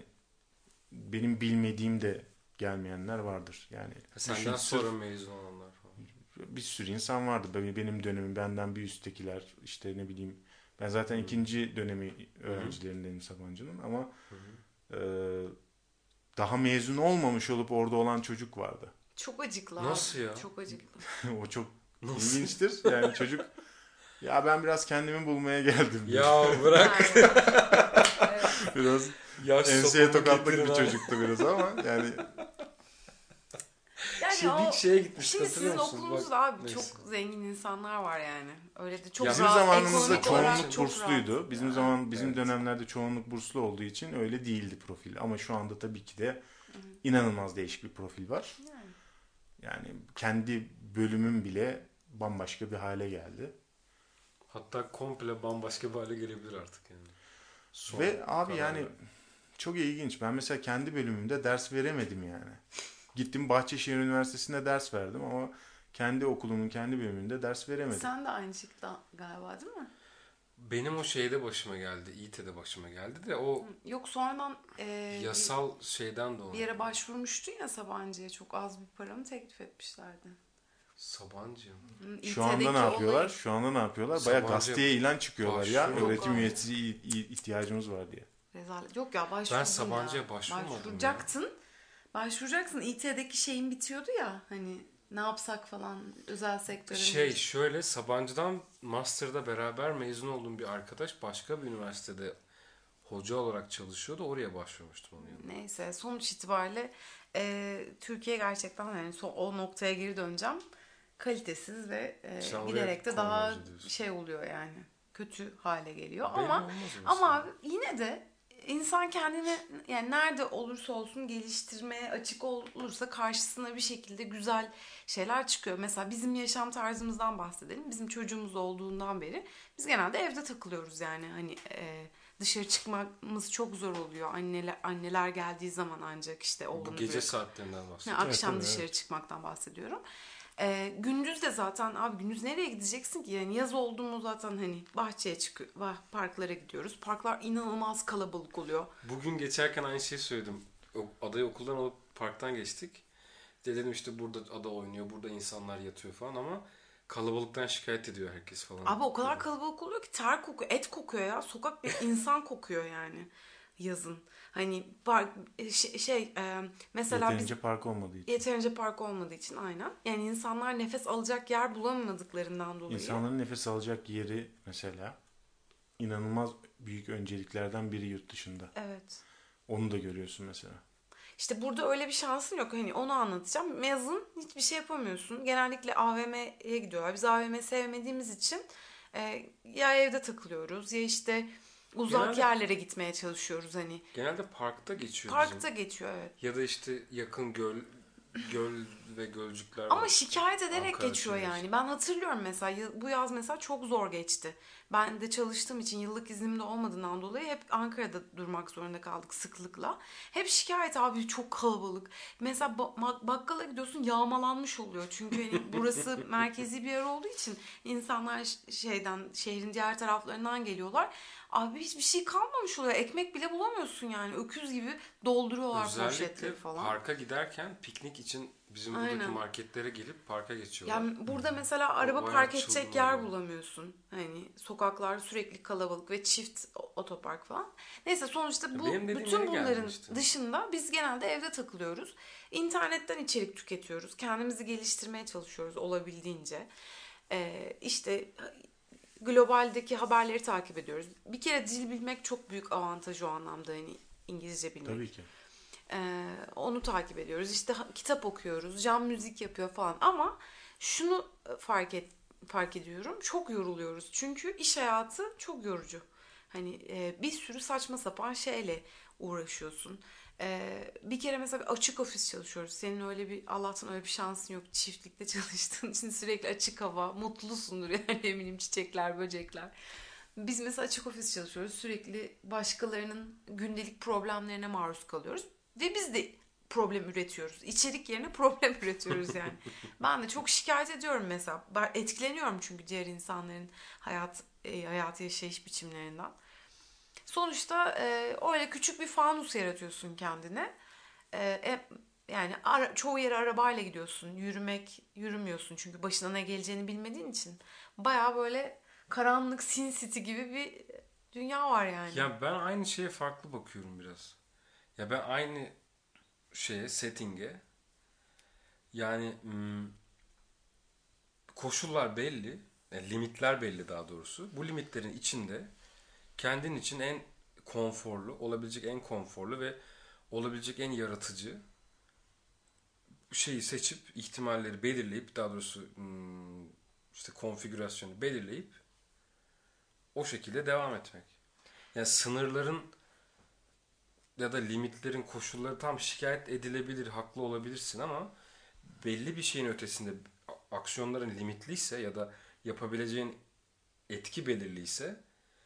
benim bilmediğim de gelmeyenler vardır. Yani Senden düşün, sonra sırf mezun olanlar falan. bir sürü insan vardı. Benim, benim dönemim, benden bir üsttekiler, işte ne bileyim. Ben zaten Hı. ikinci dönemi öğrencilerindenim Sabancı'nın ama e, daha mezun olmamış olup orada olan çocuk vardı. Çok acıklı Nasıl abi. ya? Çok acıklı. O çok Nasıl? ilginçtir. Yani çocuk, ya ben biraz kendimi bulmaya geldim. Ya bırak. Evet. Biraz Yaş enseye sokumu tokatlık getirin bir ha. çocuktu biraz ama yani Yani Şey, o, bir şeye gitmiştik, şimdi hatırlıyor sizin musunuz? okulunuzda Bak, abi neyse. çok zengin insanlar var yani. Öyle de çok Ya bizim rahat, zamanımızda ekonomik olarak çoğunluk çok bursluydu. rahat. Bizim Ya. zaman bizim Evet. dönemlerde çoğunluk burslu olduğu için öyle değildi profil. Ama şu anda tabii ki de inanılmaz değişik bir profil var. Yani. Yani kendi bölümüm bile bambaşka bir hale geldi. Hatta komple bambaşka bir hale gelebilir artık yani. Son Ve abi kararla. yani çok ilginç. Ben mesela kendi bölümümde ders veremedim yani. Gittim Bahçeşehir Üniversitesi'nde ders verdim ama kendi okulumun kendi bölümünde ders veremedim. Sen de aynı şekilde galiba, değil mi? Benim o şeyde başıma geldi. İİT'de başıma geldi de o Yok sonradan e, yasal şeyden dolayı. bir yere başvurmuştun ya Sabancı'ya, çok az bir para mı teklif etmişlerdi? Sabancı. Hı, Şu anda İT'deki ne yapıyorlar? olayı- Şu anda ne yapıyorlar? Bayağı Sabancı gazeteye ilan çıkıyorlar ya. başvuru. Öğretim Yok abi. üyesi ihtiyacımız var diye. Rezalet. Yok ya başvurdun Ben Sabancı'ya ya. başvurmadım ya. Başvuracaktın. Başvuracaksın. İT'deki şeyin bitiyordu ya hani Ne yapsak falan özel sektöre mi Şey girsek? şöyle Sabancı'dan Master'da beraber mezun olduğum bir arkadaş başka bir üniversitede hoca olarak çalışıyordu. Oraya başvurmuştum onun yanına. Neyse sonuç itibariyle e, Türkiye gerçekten yani so- o noktaya geri döneceğim. Kalitesiz ve e, Sen oraya giderek de daha konverge ediyorsun. şey oluyor yani. Kötü hale geliyor. Belli Ama olmaz orası. ama yine de insan kendini yani nerede olursa olsun geliştirmeye açık olursa karşısına bir şekilde güzel şeyler çıkıyor. Mesela bizim yaşam tarzımızdan bahsedelim. Bizim çocuğumuz olduğundan beri biz genelde evde takılıyoruz yani hani e, dışarı çıkmamız çok zor oluyor. Anneler anneler geldiği zaman ancak işte Bu oğlunu gece bırakıp saatlerinden yani bahsediyorum. akşam Evet, tabii, dışarı evet. çıkmaktan bahsediyorum. Ee, gündüz de zaten abi gündüz nereye gideceksin ki? Yani yaz oldu mu zaten hani bahçeye çıkıyor, bah- parklara gidiyoruz. Parklar inanılmaz kalabalık oluyor. Bugün geçerken aynı şeyi söyledim. O- Adayı okuldan alıp parktan geçtik. De dedim işte burada ada oynuyor, burada insanlar yatıyor falan ama kalabalıktan şikayet ediyor herkes falan. Abi o kadar dedim. kalabalık oluyor ki ter kokuyor, et kokuyor ya. Sokak bir insan kokuyor yani yazın. Hani park şey, şey e, mesela biz Yeterince park olmadığı için. yeterince park olmadığı için aynen. Yani insanlar nefes alacak yer bulamadıklarından dolayı. İnsanların nefes alacak yeri mesela inanılmaz büyük önceliklerden biri yurt dışında. Evet. Onu da görüyorsun mesela. İşte burada öyle bir şansın yok. Hani onu anlatacağım. Yazın hiçbir şey yapamıyorsun. Genellikle A V M'ye gidiyorlar. Biz A V M sevmediğimiz için e, ya evde takılıyoruz ya işte uzak Genelde- yerlere gitmeye çalışıyoruz hani. Genelde parkta geçiyor Parkta bizim. geçiyor evet. Ya da işte yakın göl göl ve gölcükler var. Ama şikayet İşte ederek Ankara geçiyor çevresi. yani. Ben hatırlıyorum mesela y- bu yaz mesela çok zor geçti. Ben de çalıştığım için yıllık iznimde olmadığından dolayı hep Ankara'da durmak zorunda kaldık sıklıkla. Hep şikayet abi çok kalabalık. Mesela ba- ma- bakkala gidiyorsun yağmalanmış oluyor. Çünkü hani burası merkezi bir yer olduğu için insanlar ş- şeyden şehrin diğer taraflarından geliyorlar. Abi hiçbir şey kalmamış oluyor. Ekmek bile bulamıyorsun yani. Öküz gibi dolduruyorlar Özellikle poşetleri falan. parka giderken piknik için bizim buradaki Aynen. marketlere gelip parka geçiyorlar. Yani burada mesela araba bayağı park edecek çılgın yer oluyor. bulamıyorsun. Hani sokaklar sürekli kalabalık ve çift o- otopark falan. Neyse sonuçta bu benim dediğim bütün yere geldin bunların işte. dışında biz genelde evde takılıyoruz. İnternetten içerik tüketiyoruz. Kendimizi geliştirmeye çalışıyoruz olabildiğince. Ee, işte globaldeki haberleri takip ediyoruz. Bir kere dil bilmek çok büyük avantaj o anlamda hani İngilizce bilmek. Tabii ki. Ee, onu takip ediyoruz. İşte ha- kitap okuyoruz, cam müzik yapıyor falan. Ama şunu e, fark et fark ediyorum. Çok yoruluyoruz. Çünkü iş hayatı çok yorucu. Hani e, bir sürü saçma sapan şeyle uğraşıyorsun. Ee, bir kere mesela bir açık ofis çalışıyoruz. Senin öyle bir Allah'tan öyle bir şansın yok. Çiftlikte çalıştığın için sürekli açık hava, mutlusundur yani eminim çiçekler, böcekler. Biz mesela açık ofis çalışıyoruz. Sürekli başkalarının gündelik problemlerine maruz kalıyoruz. Ve biz de problem üretiyoruz. İçerik yerine problem üretiyoruz yani. Ben de çok şikayet ediyorum mesela. Ben etkileniyorum çünkü diğer insanların hayat e, hayatı yaşayış biçimlerinden. Sonuçta e, öyle küçük bir fanus yaratıyorsun kendine. E, e, yani ara, çoğu yere arabayla gidiyorsun. Yürümek, yürümüyorsun çünkü başına ne geleceğini bilmediğin için. Baya böyle karanlık Sin City gibi bir dünya var yani. Ya ben aynı şeye farklı bakıyorum biraz. Ya ben aynı şeye, setting'e yani hmm, koşullar belli, yani limitler belli daha doğrusu. Bu limitlerin içinde kendin için en konforlu, olabilecek en konforlu ve olabilecek en yaratıcı şeyi seçip ihtimalleri belirleyip daha doğrusu hmm, işte konfigürasyonu belirleyip o şekilde devam etmek. Yani sınırların ya da limitlerin koşulları tam şikayet edilebilir, haklı olabilirsin ama belli bir şeyin ötesinde aksiyonların limitliyse ya da yapabileceğin etki belirliyse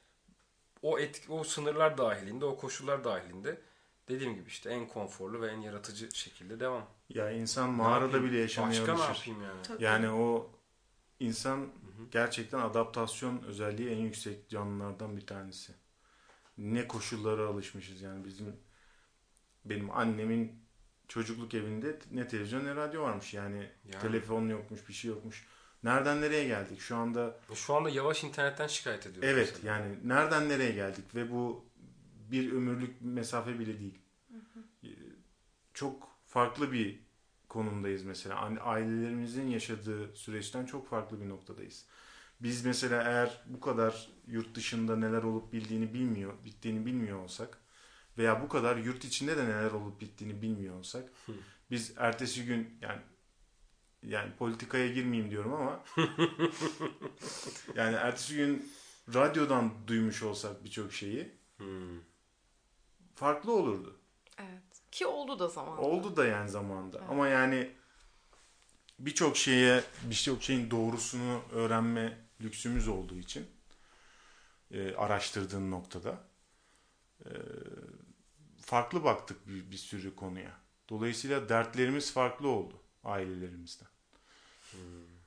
o etki, o sınırlar dahilinde, o koşullar dahilinde dediğim gibi işte en konforlu ve en yaratıcı şekilde devam. Ya insan Ne mağarada yapayım? bile yaşamaya Başka ne alışır. yapayım yani? Tabii. Yani o insan gerçekten adaptasyon özelliği en yüksek canlılardan bir tanesi. Ne koşullara alışmışız yani bizim benim annemin çocukluk evinde ne televizyon ne radyo varmış yani, Yani. telefon yokmuş, bir şey yokmuş. Nereden nereye geldik? Şu anda Şu anda yavaş internetten şikayet ediyoruz. evet mesela. yani nereden nereye geldik ve bu bir ömürlük mesafe bile değil. Çok farklı bir konumdayız mesela. Hani ailelerimizin yaşadığı süreçten çok farklı bir noktadayız. Biz mesela eğer bu kadar yurt dışında neler olup bildiğini bilmiyor, bittiğini bilmiyor olsak veya bu kadar yurt içinde de neler olup bittiğini bilmiyor olsak Hı. biz ertesi gün yani yani politikaya girmeyeyim diyorum ama yani ertesi gün radyodan duymuş olsak birçok şeyi Hmm. farklı olurdu. Evet. Ki oldu da zamanında. Oldu da yani zamanında. Evet. Ama yani birçok şeye, birçok şeyin doğrusunu öğrenme lüksümüz olduğu için e, araştırdığın noktada e, farklı baktık bir, bir sürü konuya. Dolayısıyla dertlerimiz farklı oldu ailelerimizden. Hmm.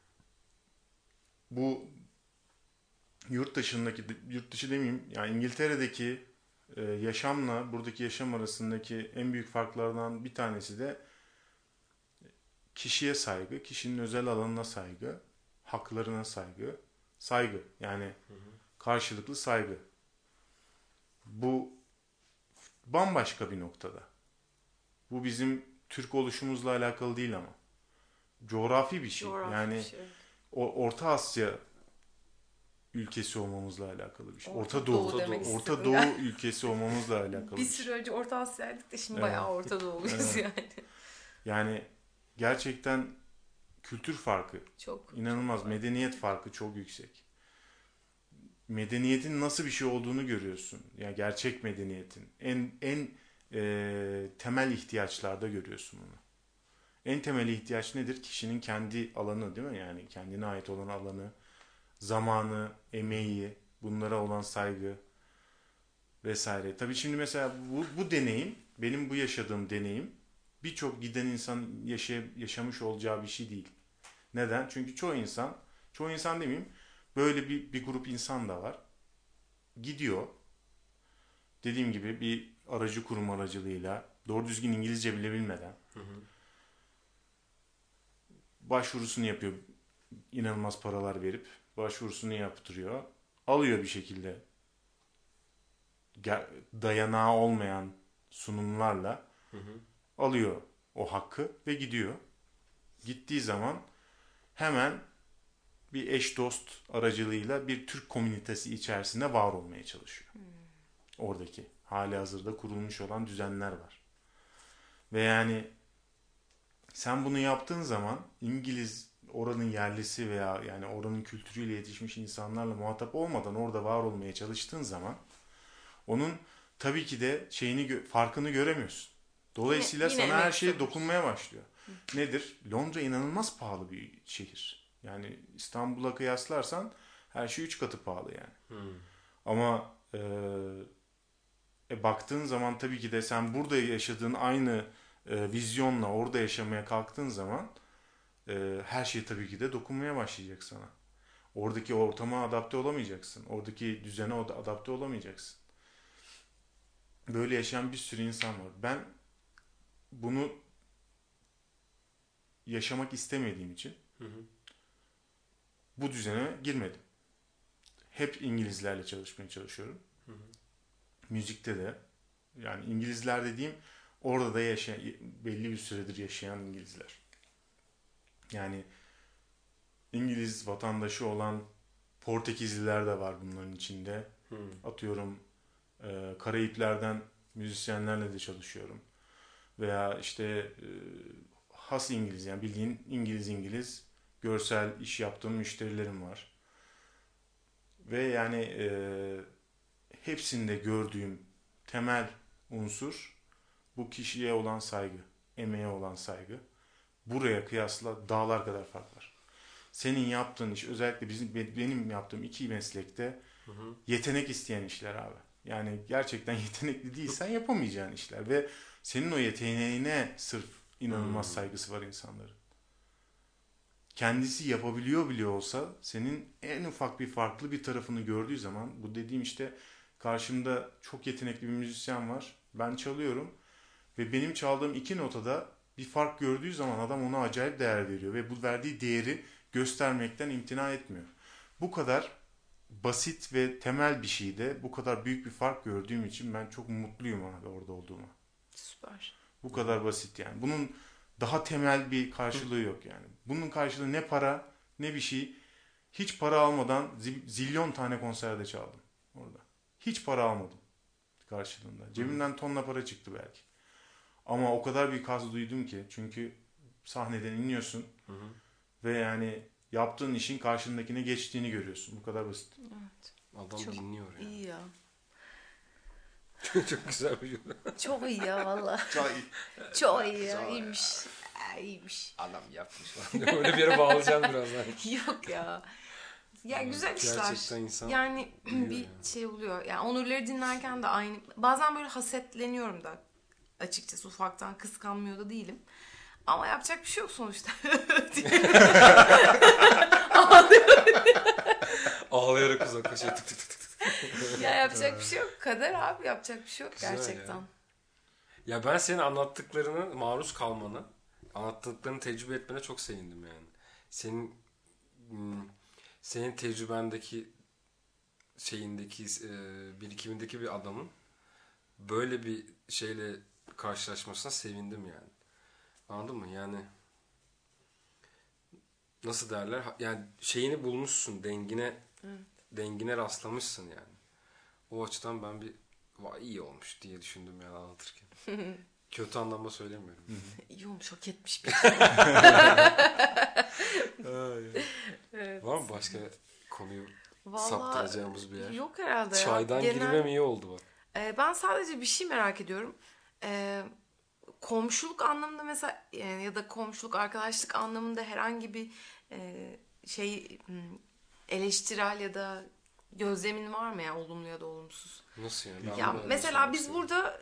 Bu yurt dışındaki, yurt dışı demeyeyim, yani İngiltere'deki e, yaşamla buradaki yaşam arasındaki en büyük farklardan bir tanesi de kişiye saygı, kişinin özel alanına saygı, haklarına saygı, saygı yani Hı hı. karşılıklı saygı. Bu bambaşka bir noktada. Bu bizim Türk oluşumuzla alakalı değil ama. Coğrafi bir şey. Coğrafi yani bir şey. o Orta Asya ülkesi olmamızla alakalı bir şey. Orta Orta, Doğu Doğu, demek Orta istedim Doğu yani. ülkesi olmamızla alakalı Bir bir süre şey. önce Orta Asya'ydık da şimdi Evet. bayağı Orta Doğu'luyuz Evet. yani. Yani gerçekten kültür farkı Çok. inanılmaz. çok Medeniyet farkı çok yüksek. Medeniyetin nasıl bir şey olduğunu görüyorsun. Yani gerçek medeniyetin en en e, temel ihtiyaçlarda görüyorsun bunu. En temel ihtiyaç nedir? Kişinin kendi alanı, değil mi? Yani kendine ait olan alanı, zamanı, emeği, bunlara olan saygı vesaire. Tabii şimdi mesela bu, bu deneyim, benim bu yaşadığım deneyim birçok giden insan yaşay- yaşamış olacağı bir şey değil. Neden? Çünkü çoğu insan, çoğu insan demeyeyim, böyle bir, bir grup insan da var. Gidiyor. Dediğim gibi bir aracı kurum aracılığıyla doğru düzgün İngilizce bile bilmeden Hı hı. başvurusunu yapıyor. İnanılmaz paralar verip başvurusunu yaptırıyor. Alıyor bir şekilde dayanağı olmayan sunumlarla Hı hı. alıyor o hakkı ve gidiyor. Gittiği zaman hemen bir eş dost aracılığıyla bir Türk komünitesi içerisinde var olmaya çalışıyor. Hmm. Oradaki hali hazırda kurulmuş olan düzenler var. Ve yani sen bunu yaptığın zaman İngiliz, oranın yerlisi veya yani oranın kültürüyle yetişmiş insanlarla muhatap olmadan orada var olmaya çalıştığın zaman onun tabii ki de şeyini farkını göremiyorsun. Dolayısıyla yine, yine sana her şeye istiyoruz. dokunmaya başlıyor. Hı. Nedir? Londra inanılmaz pahalı bir şehir. Yani İstanbul'a kıyaslarsan her şey üç katı pahalı yani. Hı. Ama e, e, baktığın zaman tabii ki de sen burada yaşadığın aynı e, vizyonla orada yaşamaya kalktığın zaman e, her şey tabii ki de dokunmaya başlayacak sana. Oradaki ortama adapte olamayacaksın. Oradaki düzene adapte olamayacaksın. Böyle yaşayan bir sürü insan var. Ben bunu yaşamak istemediğim için hı hı. bu düzene girmedim. Hep İngilizlerle çalışmaya çalışıyorum. Hı hı. Müzikte de. Yani İngilizler dediğim orada da yaşayan, belli bir süredir yaşayan İngilizler. Yani İngiliz vatandaşı olan Portekizliler de var bunların içinde. Hı. Atıyorum e, Karayipler'den müzisyenlerle de çalışıyorum. Veya işte e, has İngiliz, yani bildiğin İngiliz İngiliz görsel iş yaptığım müşterilerim var. Ve yani e, hepsinde gördüğüm temel unsur bu kişiye olan saygı, emeğe olan saygı. Buraya kıyasla dağlar kadar fark var. Senin yaptığın iş, özellikle bizim benim yaptığım iki meslekte hı hı. yetenek isteyen işler abi. Yani gerçekten yetenekli değilsen yapamayacağın işler ve senin o yeteneğine sırf inanılmaz hmm. saygısı var insanların. Kendisi yapabiliyor bile olsa senin en ufak bir farklı bir tarafını gördüğü zaman, bu dediğim işte karşımda çok yetenekli bir müzisyen var. Ben çalıyorum ve benim çaldığım iki notada bir fark gördüğü zaman adam ona acayip değer veriyor ve bu verdiği değeri göstermekten imtina etmiyor. Bu kadar basit ve temel bir şeyde bu kadar büyük bir fark gördüğüm için ben çok mutluyum abi orada olduğuma. Süper. Bu kadar basit yani. Bunun Daha temel bir karşılığı yok yani. Bunun karşılığı ne para ne bir şey. Hiç para almadan zilyon tane konserde çaldım orada. Hiç para almadım karşılığında. Cebimden tonla para çıktı belki. Ama o kadar büyük haz duydum ki. Çünkü sahneden iniyorsun. Hı hı. Ve yani yaptığın işin karşındakine geçtiğini görüyorsun. Bu kadar basit. Evet. Adam çok dinliyor yani. İyi ya. Çok güzel bir cümle. Çok iyi ya valla. Çok iyi. Çok iyi ya. İyiymiş. Ya, iyiymiş. Adam yapmış falan. Öyle bir yere bağlayacağım birazdan. Yok ya. Ya Hmm, güzel işler. gerçekten insan yani bir yani. şey oluyor. Yani Onurları dinlerken de aynı. Bazen böyle hasetleniyorum da açıkçası, ufaktan kıskanmıyor da değilim. Ama yapacak bir şey yok sonuçta. Ağlayarak uzaklaşıyor. Tık tık tık tık. Ya yapacak bir şey yok. Kader abi, yapacak bir şey yok Güzel gerçekten. Ya. ya ben senin anlattıklarını maruz kalmanı, anlattıklarını tecrübe etmene çok sevindim yani. Senin senin tecrübendeki şeyindeki birikimindeki bir adamın böyle bir şeyle karşılaşmasına sevindim yani. Anladın mı? Yani nasıl derler? Yani şeyini bulmuşsun, dengine evet. dengine rastlamışsın yani. O açıdan ben bir vay iyi olmuş diye düşündüm yani anlatırken. Kötü anlamda söylemiyorum. İyi olmuş, hak etmiş bir evet. Var mı başka konuyu Vallahi, saptıracağımız bir yer? Yok herhalde ya. Çaydan Genel, girmem iyi oldu bak. E, ben sadece bir şey merak ediyorum. E, komşuluk anlamında mesela yani ya da komşuluk arkadaşlık anlamında herhangi bir e, şey eleştirel ya da gözlemin var mı ya, olumlu ya da olumsuz? Nasıl yani? Ya mesela biz burada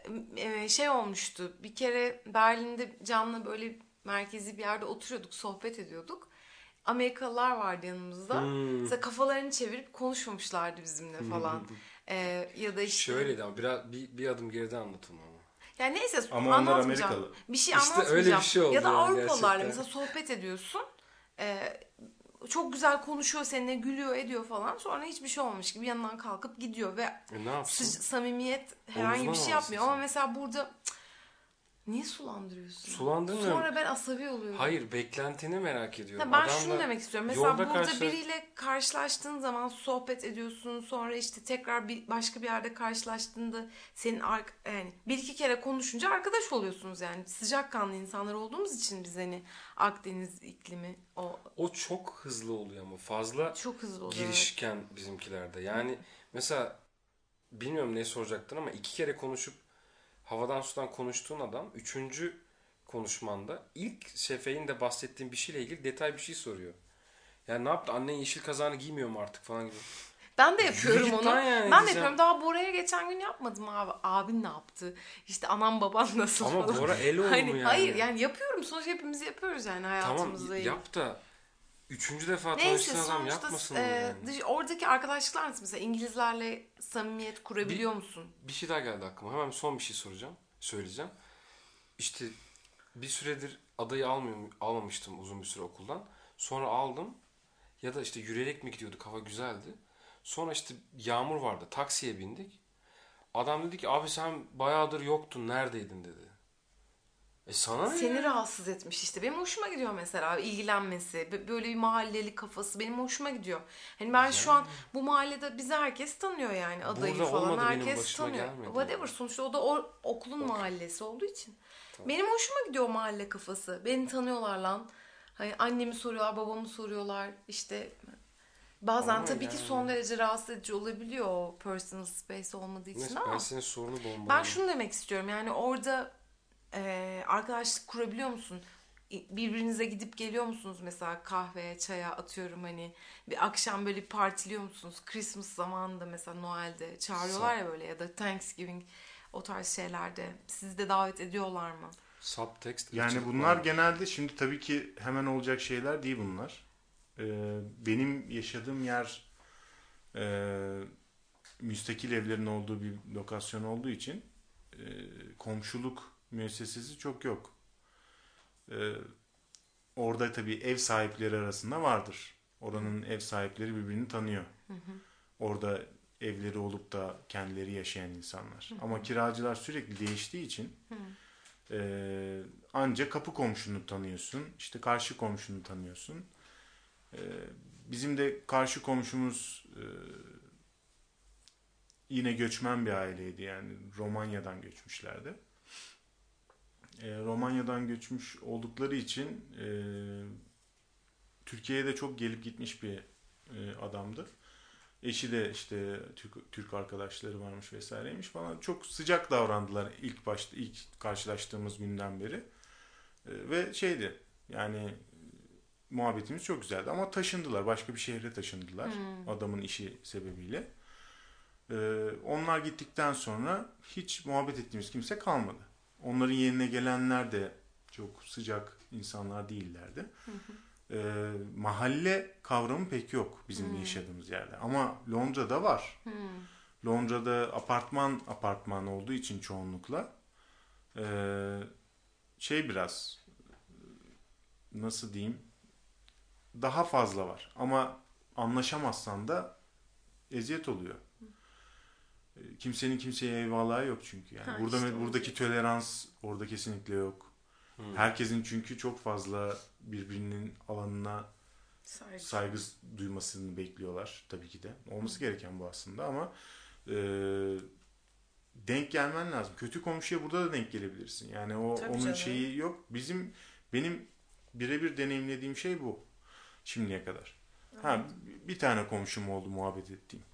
e, şey olmuştu. Bir kere Berlin'de Can'la böyle merkezi bir yerde oturuyorduk, sohbet ediyorduk. Amerikalılar vardı yanımızda. Hmm. Mesela kafalarını çevirip konuşmamışlardı bizimle falan. ee, ya da işte şöyleydi ama biraz bir, bir adım geriden anlatın ama. Yani neyse ama onlar Amerikalı. Bir şey işte anlatmayacağım. Öyle bir şey oldu ya da yani Avrupalılarla gerçekten. mesela sohbet ediyorsun. Ee, çok güzel konuşuyor seninle, gülüyor ediyor falan. Sonra hiçbir şey olmamış gibi yanından kalkıp gidiyor ve e, ne yapsın? Sıc- samimiyet herhangi Omuzdan bir şey yapmıyor. Ama mesela burada cık, niye sulandırıyorsun? Sulandırmıyorum. Sonra ben asabi oluyorum. Hayır, beklentini merak ediyorum. Ya ben Adamla şunu demek istiyorum. Mesela burada karşı... biriyle karşılaştığın zaman sohbet ediyorsun. Sonra işte tekrar bir başka bir yerde karşılaştığında senin ar- yani bir iki kere konuşunca arkadaş oluyorsunuz yani. Sıcakkanlı insanlar olduğumuz için biz hani Akdeniz iklimi o o çok hızlı oluyor ama fazla çok hızlı oluyor. Girişken evet. Bizimkilerde. Yani mesela bilmiyorum ne soracaktın ama iki kere konuşup havadan sudan konuştuğun adam üçüncü konuşmanda ilk Şefe'nin de bahsettiğim bir şeyle ilgili detay bir şey soruyor. Yani ne yaptı? Annen yeşil kazağını giymiyor mu artık falan gibi. Ben de yapıyorum Yürü onu. Yani ben de yapıyorum. Daha Bora'ya geçen gün yapmadım abi. Abin ne yaptı? İşte anam baban nasıl Ama falan. Bora el oldu hani, yani. Hayır yani yapıyorum. Sonuçta hepimiz yapıyoruz yani hayatımızda. Tamam yap da üçüncü defa Neyse, tanıştığın adam yapmasın e, yani. Dış, oradaki arkadaşlıklar nasıl? Mesela İngilizlerle samimiyet kurabiliyor bir, musun? Bir şey daha geldi aklıma. Hemen son bir şey soracağım. Söyleyeceğim. İşte bir süredir adayı almıyorum, almamıştım uzun bir süre okuldan. Sonra aldım. Ya da işte yürüyerek mi gidiyorduk? Hava güzeldi. Sonra işte yağmur vardı. Taksiye bindik. Adam dedi ki abi sen bayağıdır yoktun. Neredeydin dedi. E sana ne? Seni rahatsız etmiş işte. Benim hoşuma gidiyor mesela ilgilenmesi. Böyle bir mahalleli kafası benim hoşuma gidiyor. Hani ben yani. Şu an bu mahallede bizi herkes tanıyor yani. Adayı burada falan herkes tanıyor. Whatever yani. Sonuçta o da o, okulun okay. mahallesi olduğu için. Tamam. Benim hoşuma gidiyor mahalle kafası. Beni tanıyorlar lan. Hani annemi soruyorlar, babamı soruyorlar. İşte bazen ama tabii yani. Ki son derece rahatsız edici olabiliyor o personal space olmadığı için. Neyse, ama ben senin sorunu bombalayayım. Ben şunu demek istiyorum. Yani orada Ee, arkadaşlık kurabiliyor musun? Birbirinize gidip geliyor musunuz mesela kahveye, çaya atıyorum hani bir akşam böyle partiliyor musunuz? Christmas zamanında mesela Noel'de çağırıyorlar ya böyle ya da Thanksgiving o tarz şeylerde sizi de davet ediyorlar mı? Subtext. Yani bunlar var. Genelde şimdi tabii ki hemen olacak şeyler değil bunlar. Ee, benim yaşadığım yer e, müstakil evlerin olduğu bir lokasyon olduğu için e, komşuluk müessesesi çok yok. Ee, orada tabii ev sahipleri arasında vardır. Oranın ev sahipleri birbirini tanıyor. Hı hı. Orada evleri olup da kendileri yaşayan insanlar. Hı hı. Ama kiracılar sürekli değiştiği için hı. Ee, anca kapı komşunu tanıyorsun. İşte karşı komşunu tanıyorsun. Ee, bizim de karşı komşumuz e, yine göçmen bir aileydi. Yani Romanya'dan göçmüşlerdi. Ee, Romanya'dan göçmüş oldukları için e, Türkiye'ye de çok gelip gitmiş bir e, adamdı. Eşi de işte Türk, Türk arkadaşları varmış vesaireymiş falan. Çok sıcak davrandılar ilk başta, ilk karşılaştığımız günden beri. E, ve şeydi yani muhabbetimiz çok güzeldi ama taşındılar. Başka bir şehre taşındılar. Hmm. Adamın işi sebebiyle. E, onlar gittikten sonra hiç muhabbet ettiğimiz kimse kalmadı. Onların yerine gelenler de çok sıcak insanlar değillerdi. Hı hı. E, mahalle kavramı pek yok bizim hmm. yaşadığımız yerde. Ama Londra'da var. Hmm. Londra'da apartman apartman olduğu için çoğunlukla e, şey biraz nasıl diyeyim daha fazla var. Ama anlaşamazsan da eziyet oluyor. Kimsenin kimseye eyvallahı yok çünkü. Yani ha, burada işte buradaki olacak. Tolerans orada kesinlikle yok. Hmm. Herkesin çünkü çok fazla birbirinin alanına saygı, saygı duymasını bekliyorlar tabii ki de. Olması hmm. gereken bu aslında ama e, denk gelmen lazım. Kötü komşuya burada da denk gelebilirsin. Yani o tabii onun canım. Şeyi yok. Bizim benim birebir deneyimlediğim şey bu şimdiye kadar. Evet. Ha bir tane komşum oldu muhabbet ettiğim.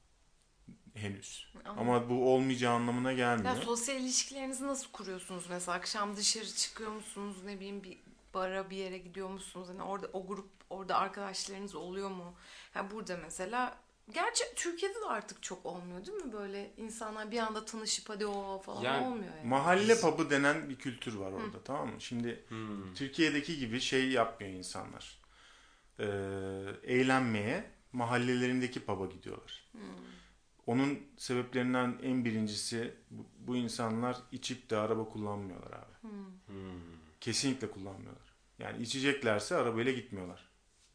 Henüz. Ama, Ama bu olmayacağı anlamına gelmiyor. Ya sosyal ilişkilerinizi nasıl kuruyorsunuz mesela? Akşam dışarı çıkıyor musunuz? Ne bileyim bir bara bir yere gidiyor musunuz? Hani orada o grup orada arkadaşlarınız oluyor mu? Yani burada mesela gerçi Türkiye'de de artık çok olmuyor değil mi? Böyle insanlar bir anda tanışıp hadi o falan yani, olmuyor yani. Mahalle pub'ı denen bir kültür var orada. Hı. Tamam mı? Şimdi hmm. Türkiye'deki gibi şey yapmıyor insanlar. Ee, eğlenmeye mahallelerindeki pub'a gidiyorlar. Hmm. Onun sebeplerinden en birincisi bu, bu insanlar içip de araba kullanmıyorlar abi. Hmm. Hmm. Kesinlikle kullanmıyorlar. Yani içeceklerse arabayla gitmiyorlar.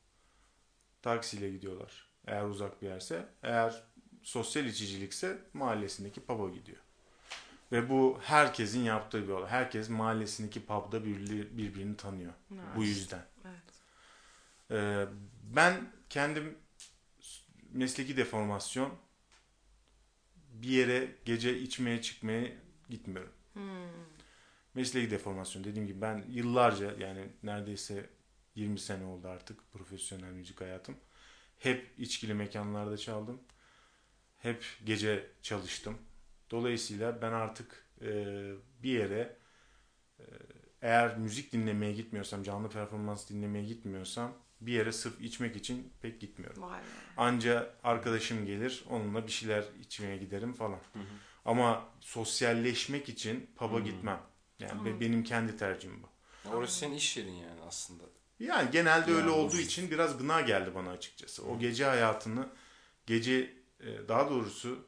Taksiyle gidiyorlar. Eğer uzak bir yerse. Eğer sosyal içicilikse mahallesindeki pub'a gidiyor. Ve bu herkesin yaptığı bir olay. Herkes mahallesindeki pub'da birbirini tanıyor. Evet. Bu yüzden. Evet. Ee, ben kendim mesleki deformasyon bir yere gece içmeye çıkmaya gitmiyorum. Hmm. Mesleki deformasyon dediğim gibi ben yıllarca yani neredeyse yirmi sene oldu artık profesyonel müzik hayatım. Hep içkili mekanlarda çaldım. Hep gece çalıştım. Dolayısıyla ben artık e, bir yere e, eğer müzik dinlemeye gitmiyorsam, canlı performans dinlemeye gitmiyorsam bir yere sırf içmek için pek gitmiyorum. Vay be. Anca arkadaşım gelir, onunla bir şeyler içmeye giderim falan. Hı hı. Ama sosyalleşmek için pub'a hı. gitmem. Yani hı. benim kendi tercihim bu. Orası senin iş yerin yani aslında. Yani genelde yani öyle olduğu of. için biraz gına geldi bana açıkçası. Hı. O gece hayatını, gece daha doğrusu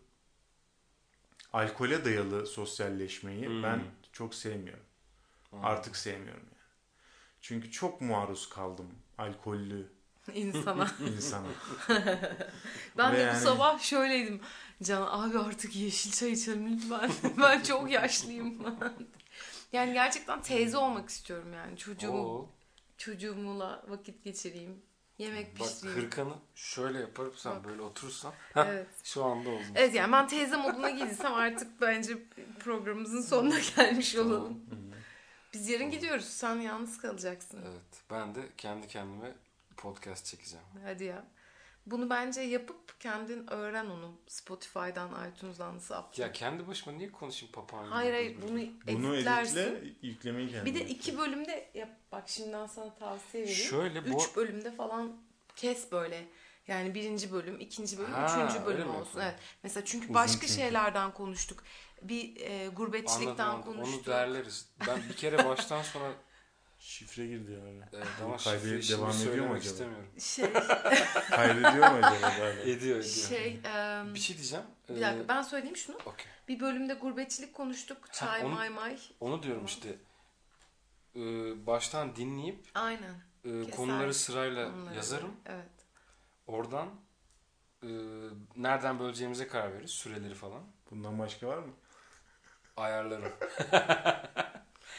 alkole dayalı sosyalleşmeyi hı. ben çok sevmiyorum. Hı. Artık sevmiyorum yani. Çünkü çok maruz kaldım alkollü insana. insana. Ben Ve de yani... bu sabah şöyleydim. Can abi artık yeşil çay içelim lütfen. Ben çok yaşlıyım. Yani gerçekten teyze olmak istiyorum yani. Çocuğumu, Oo. çocuğumla vakit geçireyim. Yemek Bak, pişireyim. Bak hırkanı şöyle yaparım sen Bak. böyle oturursan. Heh, evet. Şu anda oldu. Evet yani ben teyze moduna girdiysem artık bence programımızın sonuna gelmiş olalım. Biz yarın Olur. gidiyoruz. Sen yalnız kalacaksın. Evet. Ben de kendi kendime podcast çekeceğim. Hadi ya. Bunu bence yapıp kendin öğren onu. Spotify'dan, iTunes'dan nasıl yaptın? Ya kendi başıma niye konuşayım papağan gibi? Hayır hayır bunu, bunu editlersin. editle yüklemeyi kendin. Bir de iki bölümde yap. Bak şimdiden sana tavsiye vereyim. Şöyle bu... Üç bölümde falan kes böyle. Yani birinci bölüm, ikinci bölüm, ha, üçüncü bölüm olsun. Evet. Mesela çünkü Uzun başka çünkü. şeylerden konuştuk. Bir e, gurbetçilikten anladım, anladım. konuştuk. Onu derleriz. Ben bir kere baştan sonra şifre girdi yani. Evet, ama kaydı devam ediyor mu acaba? Istemiyorum. Şey. Kaydediyor mu acaba? ediyor, ediyor. Şey, um, bir şey diyeceğim. Bir dakika ben söyleyeyim şunu. Okay. Bir bölümde gurbetçilik konuştuk. Çay, ha, onu, may may. Onu diyorum işte. Ee, baştan dinleyip aynen. E, konuları sırayla konuları yazarım. Evet. Oradan e, nereden böleceğimize karar veririz. Süreleri falan. Bundan başka var mı? Ayarlarım.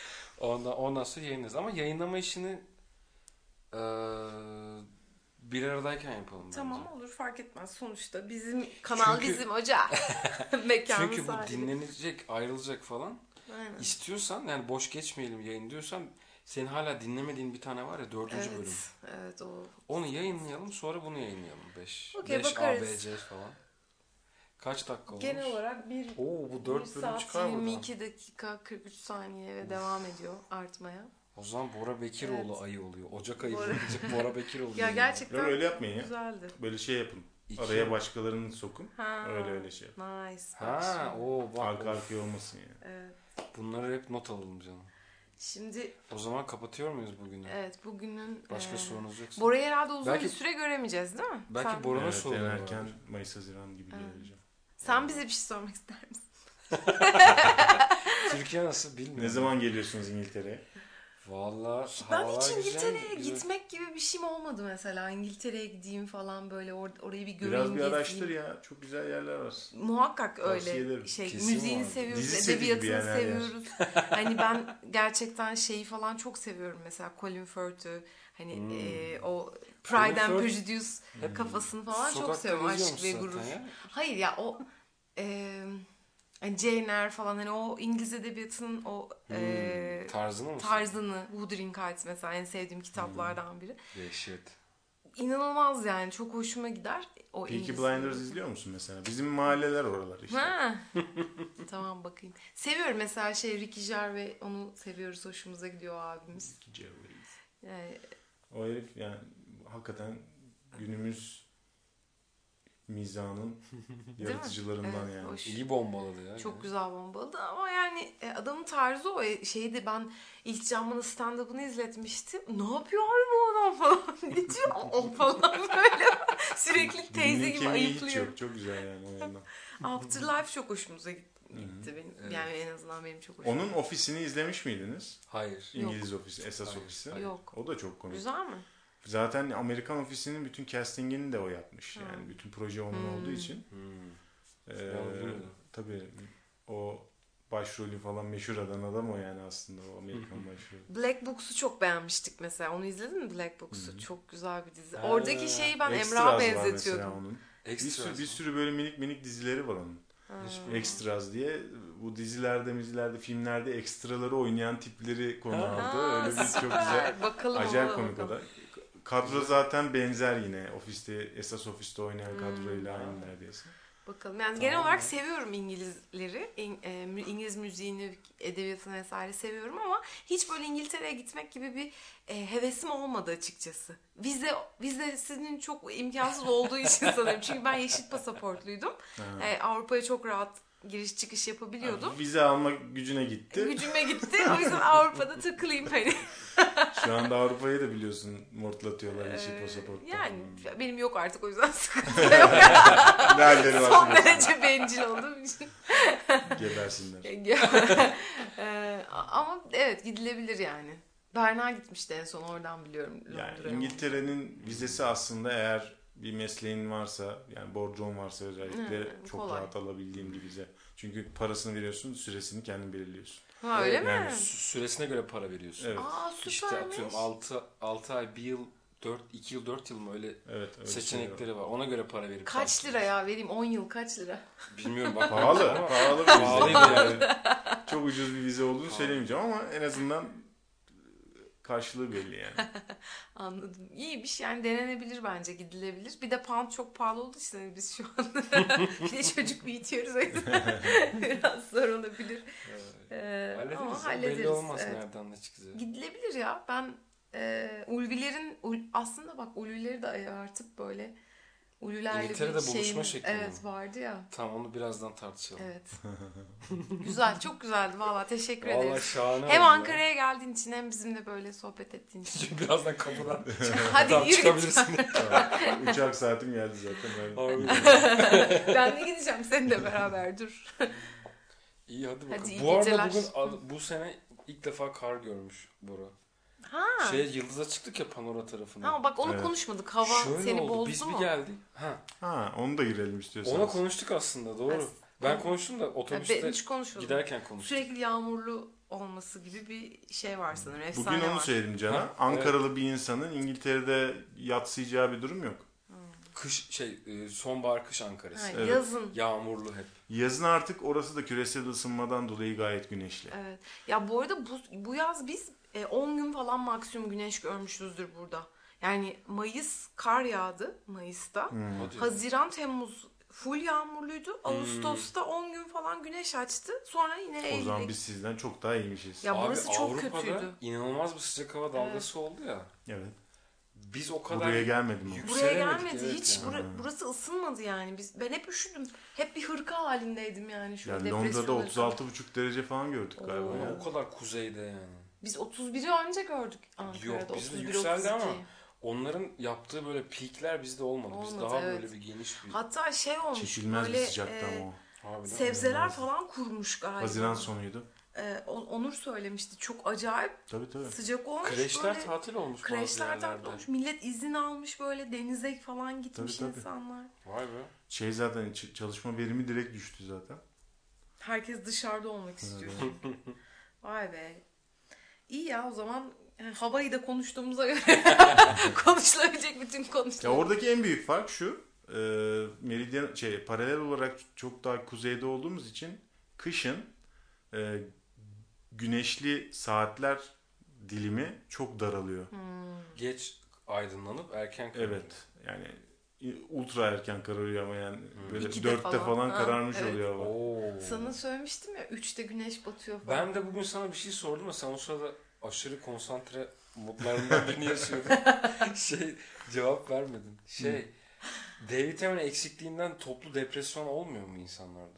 Ondan, ondan sonra yayınlarız. Ama yayınlama işini eee, bir aradayken yapalım bence. Tamam olur, fark etmez. Sonuçta bizim kanal Çünkü- bizim hoca. Mekanın Çünkü bu sahibi. dinlenecek, ayrılacak falan. Aynen. İstiyorsan yani boş geçmeyelim yayın diyorsan senin hala dinlemediğin bir tane var ya dördüncü Evet, bölüm. evet o. Onu yayınlayalım sonra bunu yayınlayalım. beş Okey, beş A bakarız. B C falan. Kaç dakika olmuş? Genel olarak bir, Oo bu bir dört bölüm saat çıkar yirmi buradan. iki dakika kırk üç saniye ve devam ediyor artmaya. O zaman Bora Bekiroğlu Evet. ayı oluyor. Ocak ayı Bora- boyunca Bora Bekiroğlu. Ya yayınlanıyor. gerçekten Yok, öyle yapmayın ya. güzeldi. Böyle şey yapın. İki- Araya başkalarını sokun. Ha. Öyle öyle şey yapın. Nice. Ha o bak. Arka of. arkaya olmasın yani. Evet. Bunları hep not alalım canım. Şimdi O zaman kapatıyor muyuz bugünü? evet bugünün Başka e, sorunuz yoksa. Bora'yı herhalde uzun Belki- bir süre göremeyeceğiz değil mi? Belki sen, Bora'nın Evet, soruları en var. erken Mayıs Haziran gibi Ha. geleceğim. sen bize bir şey sormak ister misin? Türkiye nasıl bilmiyorum. Ne zaman geliyorsunuz İngiltere'ye? Valla Ben havalar hiç güzel, İngiltere'ye güzel. gitmek gibi bir şeyim olmadı mesela. İngiltere'ye gideyim falan böyle or- orayı bir göreyim, Biraz bir gezeyim. araştır ya. Çok güzel yerler var. Muhakkak Tavsiye öyle ederim. şey, Kesin müziğini vardır. seviyoruz, Dizi seti gibi edebiyatını yani her yer. seviyoruz. Hani ben gerçekten şeyi falan çok seviyorum mesela Colin Firth'ü, hani Hmm. e, o Colin Pride and Firth- Prejudice kafasını falan çok Sokakta seviyorum, geziyormuş aşk ve zaten gurur. ya. Hayır ya o e, yani Jane Eyre falan, hani o İngiliz edebiyatının o e, Hmm, tarzını mı? tarzını, Wuthering Heights mesela en sevdiğim kitaplardan biri. Dehşet. İnanılmaz yani, çok hoşuma gider o Peaky İngiliz Blinders edebiyatı. izliyor musun mesela? Bizim mahalleler oralar işte. Ha. Tamam, bakayım. Seviyorum mesela şey Ricky Gervais, onu seviyoruz, hoşumuza gidiyor abimiz. Yani, O herif yani hakikaten günümüz mizahının yaratıcılarından Evet, yani. hoş. İyi bombaladı ya. çok güzel bombaladı ama yani e, adamın tarzı o E, şeydi. Ben ilk Canman'ın stand-up'ını izletmiştim. Ne yapıyor abi bu adam falan? Ne diyor o falan böyle. Sürekli teyze Dilinin gibi kemiği hiç ayıplıyor. yok. Çok güzel yani o yandan. Afterlife çok hoşumuza gitti benim. Evet. Yani en azından benim çok hoşuma Onun ofisini izlemiş miydiniz? Hayır. İngiliz ofisi, esas Hayır, ofisi. hayır. Yok. O da çok komik. Güzel mi? Zaten Amerikan ofisinin bütün castingini de o yapmış. Ha. Yani bütün proje onun Hmm. olduğu için. Hmm. Ee, Ben bilmiyordum. tabii o başrolü falan meşhur eden adam o yani aslında o Amerikan başrolü. Black Books'u çok beğenmiştik mesela. Onu izledin mi Black Books'u? Çok güzel bir dizi. Ha. Oradaki şeyi ben Extras Emrah'a var mesela benzetiyordum. onun. Bir Ekstra. sürü, bir sürü böyle minik minik dizileri var onun. Ha. Extras diye bu dizilerde, mizilerde, filmlerde ekstraları oynayan tipleri konu Ha, aldı. Öyle bir çok güzel. Bakalım Acayip ona, komik o bakalım. da. Kadro zaten benzer yine. Ofiste, esas ofiste oynayan kadroyla aynı neredeyse. Bakalım. Yani Tamam genel olarak ya. seviyorum İngilizleri. İng- e, mü- İngiliz müziğini, edebiyatını vesaire seviyorum ama hiç böyle İngiltere'ye gitmek gibi bir e, hevesim olmadı açıkçası. Vize vizesinin çok imkansız olduğu için sanırım. Çünkü ben yeşil pasaportluydum. Ha. E, Avrupa'ya çok rahat giriş çıkış yapabiliyordum. Yani vize alma gücüne gitti. Gücüme gitti. O yüzden Avrupa'da takılayım hani. Şu anda Avrupa'yı da biliyorsun mortlatıyorlar yeşil Ee, pasaportla. Yani benim yok artık, o yüzden sıkıntı yok. Ne halleri Son var derece bencil olduğum için. gebersinler. Ee, ama evet, gidilebilir yani. Berna gitmişti en son, oradan biliyorum. Yani Londra'ya. İngiltere'nin vizesi aslında eğer bir mesleğin varsa yani borcun varsa özellikle Hı, çok kolay. rahat alabildiğim bir vize. Çünkü parasını veriyorsun, süresini kendin belirliyorsun. Ha öyle mi? Yani Sü- Süresine göre para veriyorsun. Evet. Aa İşte süpermiş. atıyorum altı altı ay, bir yıl, dört iki yıl, dört yıl mı öyle Evet, öyle şeyler var. seçenekleri var. Ona göre para verip Kaç başlıyorsun. lira ya vereyim? on yıl kaç lira? Bilmiyorum bak. Pahalı, ama pahalı bir Pahalıydı vize. yani. Çok ucuz bir vize olduğunu Pahalı. söylemeyeceğim ama en azından karşılığı belli yani. Anladım. İyiymiş yani, denenebilir bence, gidilebilir. Bir de pound çok pahalı olduğu için hani biz şu an bir de çocuk büyütüyoruz o yüzden biraz zor olabilir. Ee, Hallederiz. ama ya, hallederiz. Belli olmaz evet. nereden ne çıkacak. Gidilebilir ya. Ben e, Ulvilerin ul- aslında bak Ulvileri de artık böyle Ulvilerle İngiltere'de bir buluşma şeyin, şekli evet mi? vardı ya. Tamam, onu birazdan tartışalım. Evet. Güzel, çok güzeldi valla, teşekkür Vallahi ederiz. şahane Hem oldu ya. Ankara'ya geldiğin için hem bizimle böyle sohbet ettiğin için. Çünkü birazdan kapıdan Hadi tam yürü git. çıkabilirsin. Tamam. Uçak saatim geldi zaten. Ben... Harbiden. Ben de gideceğim seninle beraber, dur. İyi hadi bakalım. Hadi, iyi bu arada geceler. bugün ad- bu sene ilk defa kar görmüş Bora. Ha. Şey Yıldız'a çıktık ya Panora tarafına. Ama bak onu Evet. konuşmadık. Hava Şöyle seni oldu. bozdu Biz mu? bir geldik. Ha. Ha, onu da girelim istiyorsanız. Ona konuştuk aslında, doğru. Evet. Ben konuştum da Ya otobüste ben hiç konuşmadım. giderken konuştuk. Sürekli yağmurlu olması gibi bir şey var sanırım. Efsane Bugün onu var. söyledim Can'a. Ha, Ankaralı bir insanın İngiltere'de yatsıyacağı bir durum yok. Kış şey e, sonbahar kış Ankara'sı. Ha, Evet. Yazın. Yağmurlu hep. Yazın artık orası da küresel ısınmadan dolayı gayet güneşli. Evet. Ya bu arada bu, bu yaz biz e, on gün falan maksimum güneş görmüşüzdür burada. Yani Mayıs kar yağdı Mayıs'ta. Hadi. Haziran, Temmuz full yağmurluydu. Ağustos'ta on gün falan güneş açtı. Sonra yine O Eylül'e zaman biz sizden çok daha iyiymişiz. Ya Abi burası çok Avrupa'da kötüydü. inanılmaz bir sıcak hava dalgası oldu ya. Evet. Biz o kadar Buraya gelmedim ama. Buraya yükselemedik, gelmedi. evet Hiç yani. bura- burası ısınmadı yani. Biz ben hep üşüdüm. Hep bir hırka halindeydim yani şu Ya depresyon Londra'da hırkası. otuz altı buçuk derece falan gördük galiba. Oo. Ama Ya. o kadar kuzeyde yani. Biz otuz biri önce gördük Ankara'da. Yok bizde otuz bir, yükseldi otuz iki. ama onların yaptığı böyle peakler bizde olmadı. Biz Olmadı, daha evet. böyle bir geniş bir... Hatta şey olmuş Çekilmez böyle bir sıcaktı e, ama o. Harbiden sebzeler inanılmazdı. falan kurumuş galiba. Haziran sonuydu. E, O- Onur söylemişti. Çok acayip Tabii tabii. sıcak olmuş. Kreşler böyle, tatil olmuş bazı kreşler yerlerde. tatil olmuş. Millet izin almış böyle denize falan gitmiş Tabii, tabii. insanlar. Vay be. Şey zaten ç- çalışma verimi direkt düştü zaten. Herkes dışarıda olmak istiyor çünkü. Vay be. İyi ya o zaman yani havayı da konuştuğumuza göre konuşulabilecek bütün konuşmalar. Ya oradaki en büyük fark şu. E, meridyen şey paralel olarak çok daha kuzeyde olduğumuz için kışın e, güneşli saatler dilimi çok daralıyor. Geç aydınlanıp erken kararıyor. Evet. Yani ultra erken kararıyor ama yani böyle İkide dörtte falan. falan Ha, kararmış evet. oluyor hava. Oo. Sana söylemiştim ya üçte güneş batıyor falan. Ben de bugün sana bir şey sordum ama sen o sırada aşırı konsantre modlarından birini yaşıyordun. şey cevap vermedin. Şey D vitamini eksikliğinden toplu depresyon olmuyor mu insanlarda?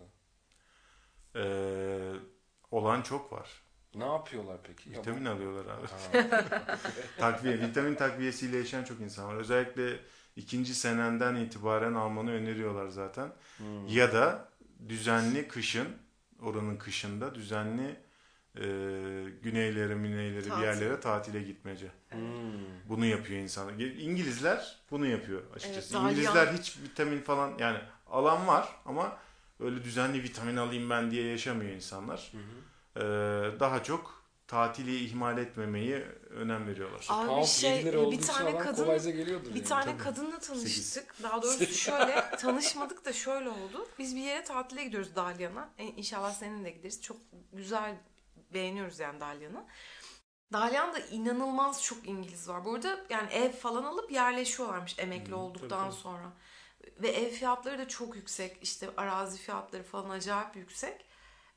Ee, olan çok var. Ne yapıyorlar peki? Ya Vitamin bu- alıyorlar abi. Ha. Takviye, vitamin takviyesiyle yaşayan çok insan var. Özellikle ikinci senenden itibaren almanı öneriyorlar zaten. Hmm. Ya da düzenli kışın, oranın kışında düzenli e, güneylere, müneyleri bir Tatil. yerlere tatile gitmece. Hmm. Bunu yapıyor insanlar. İngilizler bunu yapıyor açıkçası. Evet, İngilizler dalyan. hiç vitamin falan yani alan var ama öyle düzenli vitamin alayım ben diye yaşamıyor insanlar. Hı hı. Ee, daha çok tatili ihmal etmemeyi önem veriyorlar. Abi Pound şey yedi lira bir olduğu için tane adam kadın kolayca geliyordur bir yani. tane Tabii. kadınla tanıştık. Daha doğrusu şöyle tanışmadık da şöyle oldu. Biz bir yere tatile gidiyoruz Dalyan'a. E, İnşallah seninle de gideriz. Çok güzel beğeniyoruz yani Dalyan'ı. Dalyan'da inanılmaz çok İngiliz var. Bu arada yani ev falan alıp yerleşiyorlarmış emekli Hı, olduktan tabii, tabii. sonra. Ve ev fiyatları da çok yüksek. İşte arazi fiyatları falan acayip yüksek.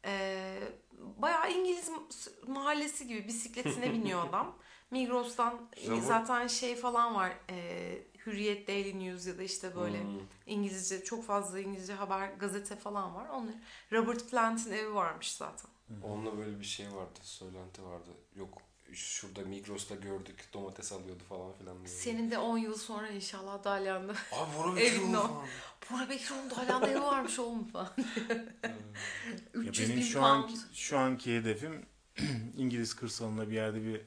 Ee, bayağı İngiliz mahallesi gibi bisikletine biniyor adam. Migros'tan Zaman- zaten şey falan var. E, Hürriyet, Daily News ya da işte böyle Hmm. İngilizce çok fazla İngilizce haber gazete falan var. Onlar Robert Plant'in evi varmış zaten. Onunla böyle bir şey vardı, söylenti vardı. Yok şurada Migros'ta gördük domates alıyordu falan filan diye. Senin de on yıl sonra inşallah Dalyan'da. Abi Bora Evin Bekir'in o. falan. Bora Bekir'in Dalyan'da evi varmış oğlum falan. Ya üç yüz benim bin şu pound. anki şu anki hedefim İngiliz kırsalında bir yerde bir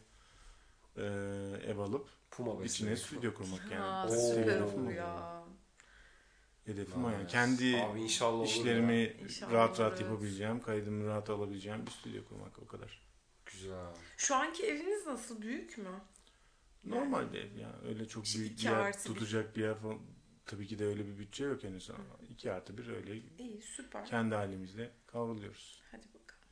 e, ev alıp Puma içine beslemek. stüdyo kurmak yani. Ha, Oo. süper Hedefim olur o. ya. Hedefim o yani. Nice. Kendi Abi inşallah olur işlerimi ya. İnşallah rahat rahat olur, evet. yapabileceğim, kaydımı rahat alabileceğim bir stüdyo kurmak o kadar. Güzel. Şu anki eviniz nasıl? Büyük mü? Normal bir ev ya. Öyle çok İşte büyük bir iki yer artı bir. tutacak bir yer falan. Tabii ki de öyle bir bütçe yok henüz ama iki artı bir öyle İyi, süper. kendi halimizde kavruluyoruz. Hadi bakalım.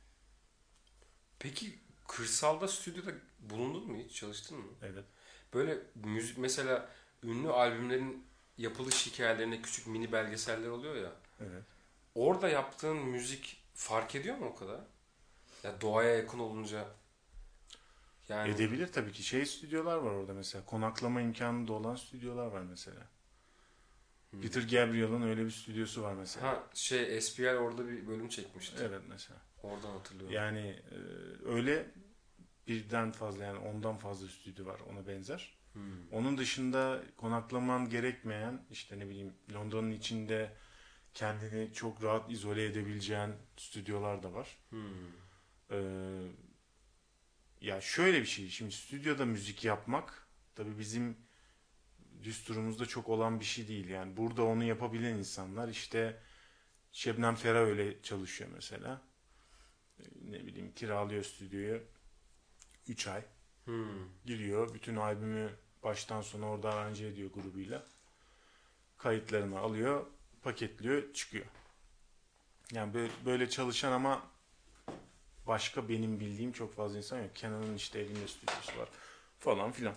Peki kırsalda stüdyoda bulundun mu hiç? Çalıştın mı? Evet. Böyle müzik mesela ünlü albümlerin yapılış hikayelerine küçük mini belgeseller oluyor ya. Evet. Orada yaptığın müzik fark ediyor mu o kadar? Ya doğaya yakın olunca yani Edebilir tabii ki. Şey stüdyolar var orada mesela. Konaklama imkanı da olan stüdyolar var mesela. Hmm. Peter Gabriel'ın öyle bir stüdyosu var mesela. ha şey S P L orada bir bölüm çekmişti. Evet mesela. Oradan hatırlıyorum. Yani e, öyle birden fazla yani ondan fazla stüdyo var ona benzer. Hmm. Onun dışında konaklaman gerekmeyen işte ne bileyim Londra'nın içinde kendini çok rahat izole edebileceğin stüdyolar da var. Hmm. Ee, ya şöyle bir şey. Şimdi stüdyoda müzik yapmak tabii bizim düsturumuzda çok olan bir şey değil. Yani burada onu yapabilen insanlar işte Şebnem Ferah öyle çalışıyor mesela. ne bileyim kiralıyor stüdyoyu üç ay. Hmm. Giriyor. Bütün albümü baştan sona orada aranje ediyor grubuyla. Kayıtlarını alıyor. Paketliyor. Çıkıyor. Yani böyle, böyle çalışan ama başka benim bildiğim çok fazla insan yok. Kenan'ın işte elinde stüdyosu var. Falan filan.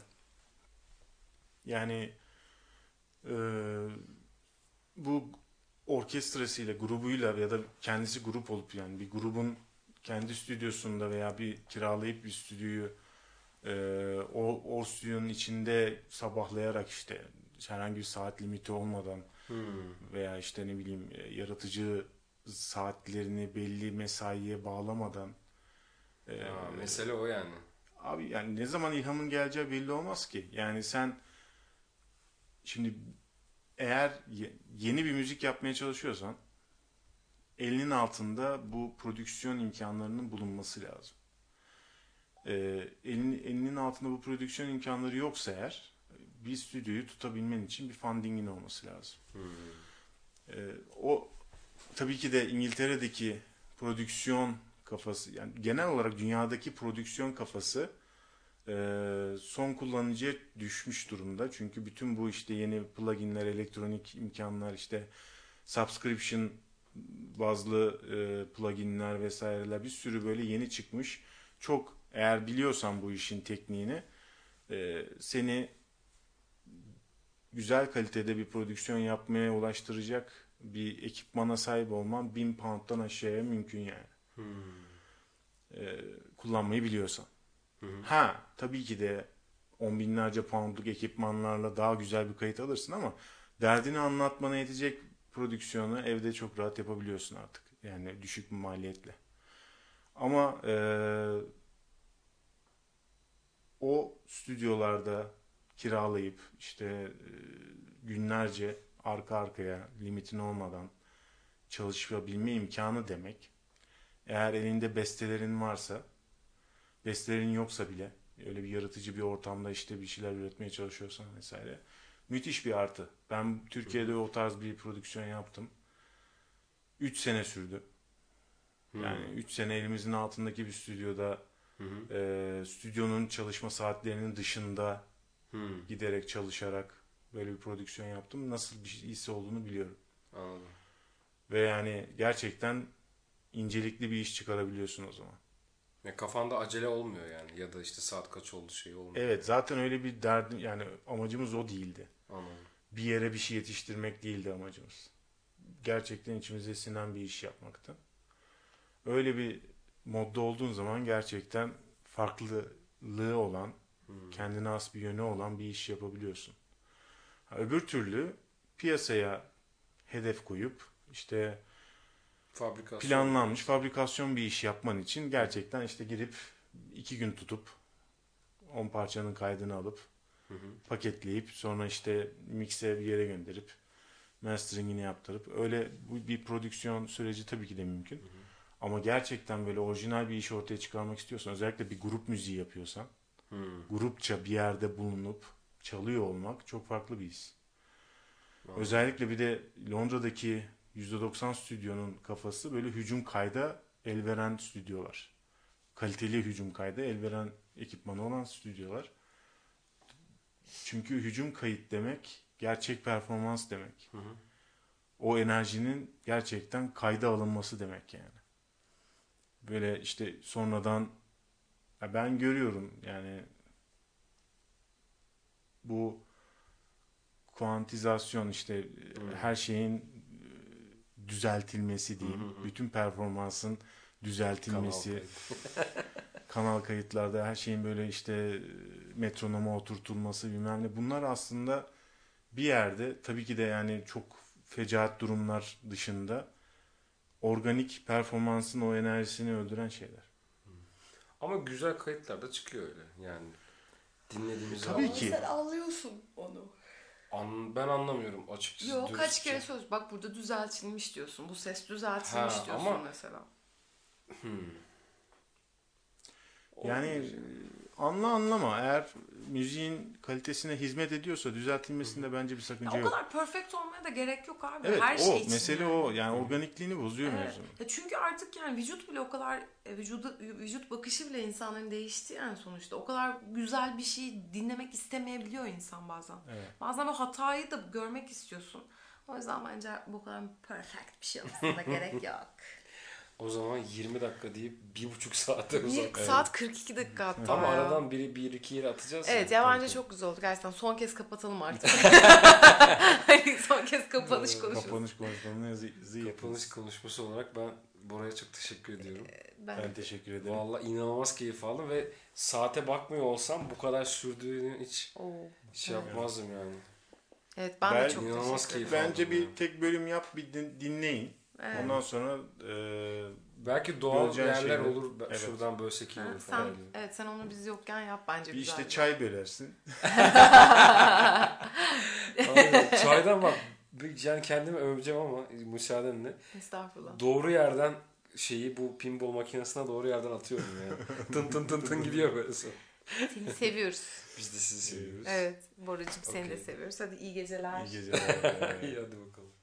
Yani e, bu orkestrasıyla, grubuyla ya da kendisi grup olup yani bir grubun kendi stüdyosunda veya bir kiralayıp bir stüdyoyu e, o, o stüdyonun içinde sabahlayarak işte herhangi bir saat limiti olmadan Hmm. veya işte ne bileyim e, yaratıcı saatlerini belli mesaiye bağlamadan e, Ha, mesele o yani. abi yani ne zaman ilhamın geleceği belli olmaz ki. Yani sen şimdi eğer ye- yeni bir müzik yapmaya çalışıyorsan elinin altında bu prodüksiyon imkanlarının bulunması lazım. Ee, elin, elinin altında bu prodüksiyon imkanları yoksa eğer bir stüdyoyu tutabilmen için bir fundingin olması lazım. Hmm. Ee, o tabii ki de İngiltere'deki prodüksiyon kafası yani genel olarak dünyadaki prodüksiyon kafası e, son kullanıcıya düşmüş durumda. Çünkü bütün bu işte yeni pluginler, elektronik imkanlar işte subscription bazlı e, pluginler vesaireler bir sürü böyle yeni çıkmış. Çok eğer biliyorsan bu işin tekniğini e, seni güzel kalitede bir prodüksiyon yapmaya ulaştıracak bir ekipmana sahip olman bin pound'dan aşağıya mümkün yani. Hmm. E, kullanmayı biliyorsan. Hı hı. Ha tabii ki de on binlerce poundluk ekipmanlarla daha güzel bir kayıt alırsın ama derdini anlatmana yetecek prodüksiyonu evde çok rahat yapabiliyorsun artık. Yani düşük bir maliyetle. Ama e, o stüdyolarda kiralayıp işte e, günlerce arka arkaya limitin olmadan çalışabilme imkanı demek. Eğer elinde bestelerin varsa, bestelerin yoksa bile öyle bir yaratıcı bir ortamda işte bir şeyler üretmeye çalışıyorsan vesaire müthiş bir artı. Ben Türkiye'de o tarz bir prodüksiyon yaptım. üç sene sürdü. Yani üç sene elimizin altındaki bir stüdyoda Hı hı. e, stüdyonun çalışma saatlerinin dışında Hmm. giderek çalışarak böyle bir prodüksiyon yaptım. Nasıl bir his olduğunu biliyorum. Anladım. Ve yani gerçekten incelikli bir iş çıkarabiliyorsun o zaman. Ya kafanda acele olmuyor yani. Ya da işte saat kaç oldu şey olmuyor. Evet zaten öyle bir derdim yani amacımız o değildi. Anladım. Bir yere bir şey yetiştirmek değildi amacımız. Gerçekten içimize sinen bir iş yapmaktı. Öyle bir modda olduğun zaman gerçekten farklılığı olan, Hmm. kendine has bir yönü olan bir iş yapabiliyorsun. Ha, öbür türlü piyasaya hedef koyup işte Fabrikasyon. planlanmış fabrikasyon bir iş yapman için gerçekten işte girip iki gün tutup on parçanın kaydını alıp Hı hı. paketleyip sonra işte mix'e bir yere gönderip masteringini yaptırıp öyle bu bir prodüksiyon süreci tabii ki de mümkün. Hı hı. Ama gerçekten böyle orijinal bir iş ortaya çıkarmak istiyorsan özellikle bir grup müziği yapıyorsan Hmm. grupça bir yerde bulunup çalıyor olmak çok farklı bir his. Anladım. Özellikle bir de Londra'daki yüzde doksan stüdyonun kafası böyle hücum kayda el veren stüdyolar. Kaliteli hücum kayda el veren ekipmanı olan stüdyolar. Çünkü hücum kayıt demek gerçek performans demek. Hı hı. O enerjinin gerçekten kayda alınması demek yani. Böyle işte sonradan ya ben görüyorum yani bu kuantizasyon işte Hı. her şeyin düzeltilmesi diyeyim. Hı hı hı. Bütün performansın Kanal düzeltilmesi. kayıt. Kanal kayıtlarda her şeyin böyle işte metronoma oturtulması bilmem ne. Bunlar aslında bir yerde tabii ki de yani çok fecaat durumlar dışında organik performansın o enerjisini öldüren şeyler. Ama güzel kayıtlar da çıkıyor öyle. Yani dinlediğimiz E, tabii Ama ki. sen anlıyorsun onu. An, ben anlamıyorum açıkçası. Yok kaç dürüstçe. kere söz. Bak burada düzeltilmiş diyorsun. Bu ses düzeltilmiş Ha, diyorsun ama mesela. hmm. Yani Olabilir yani. anla anlama. Eğer müziğin kalitesine hizmet ediyorsa düzeltilmesinde bence bir sakınca Ya o yok. kadar perfect olmaya da gerek yok abi. Evet, Her o şey için mesele yani. o. Yani organikliğini bozuyor Evet. mevzunun. Ya çünkü artık yani vücut bile o kadar e, vücuda, vücut bakışı bile insanların değişti yani sonuçta. O kadar güzel bir şey dinlemek istemeyebiliyor insan bazen. Evet. Bazen böyle hatayı da görmek istiyorsun. O yüzden bence bu kadar perfect bir şey olmasına gerek yok. O zaman yirmi dakika deyip bir buçuk saate Bir uzak. saat kırk iki dakika hatta Ama ya. aradan biri bir iki yere atacağız. Evet ya. ya bence çok güzel oldu gerçekten. Son kez kapatalım artık. Hani son kez kapanış konuşuruz. Kapanış konuşmamızı yapıyoruz. Kapanış konuşması olarak ben Bora'ya çok teşekkür ediyorum. Ben, Ben teşekkür ederim. Vallahi inanılmaz keyif aldım ve saate bakmıyor olsam bu kadar sürdüğünü hiç Oo. şey yapmazdım yani. Evet ben, Ben de çok inanılmaz teşekkür ederim. keyif Bence aldım bir ya. tek bölüm yap, bir din- dinleyin. Evet. Ondan sonra e, Belki doğal Göreceğin yerler şeyler- olur. Evet. Şuradan bölsek iyi Ha, olur sen, falan. evet sen onu biz yokken yap bence bir güzel. işte çay bölersin. Abi, çaydan bak. bir- Yani kendimi öveceğim ama müsaadenle. Estağfurullah. Doğru yerden şeyi bu pinball makinesine doğru yerden atıyorum yani. Tın tın tın tın gidiyor böyle sonra. Seni seviyoruz. Biz de sizi seviyoruz. Evet Boracığım seni de Okey. seviyoruz. Hadi iyi geceler. İyi geceler. İyi hadi bakalım.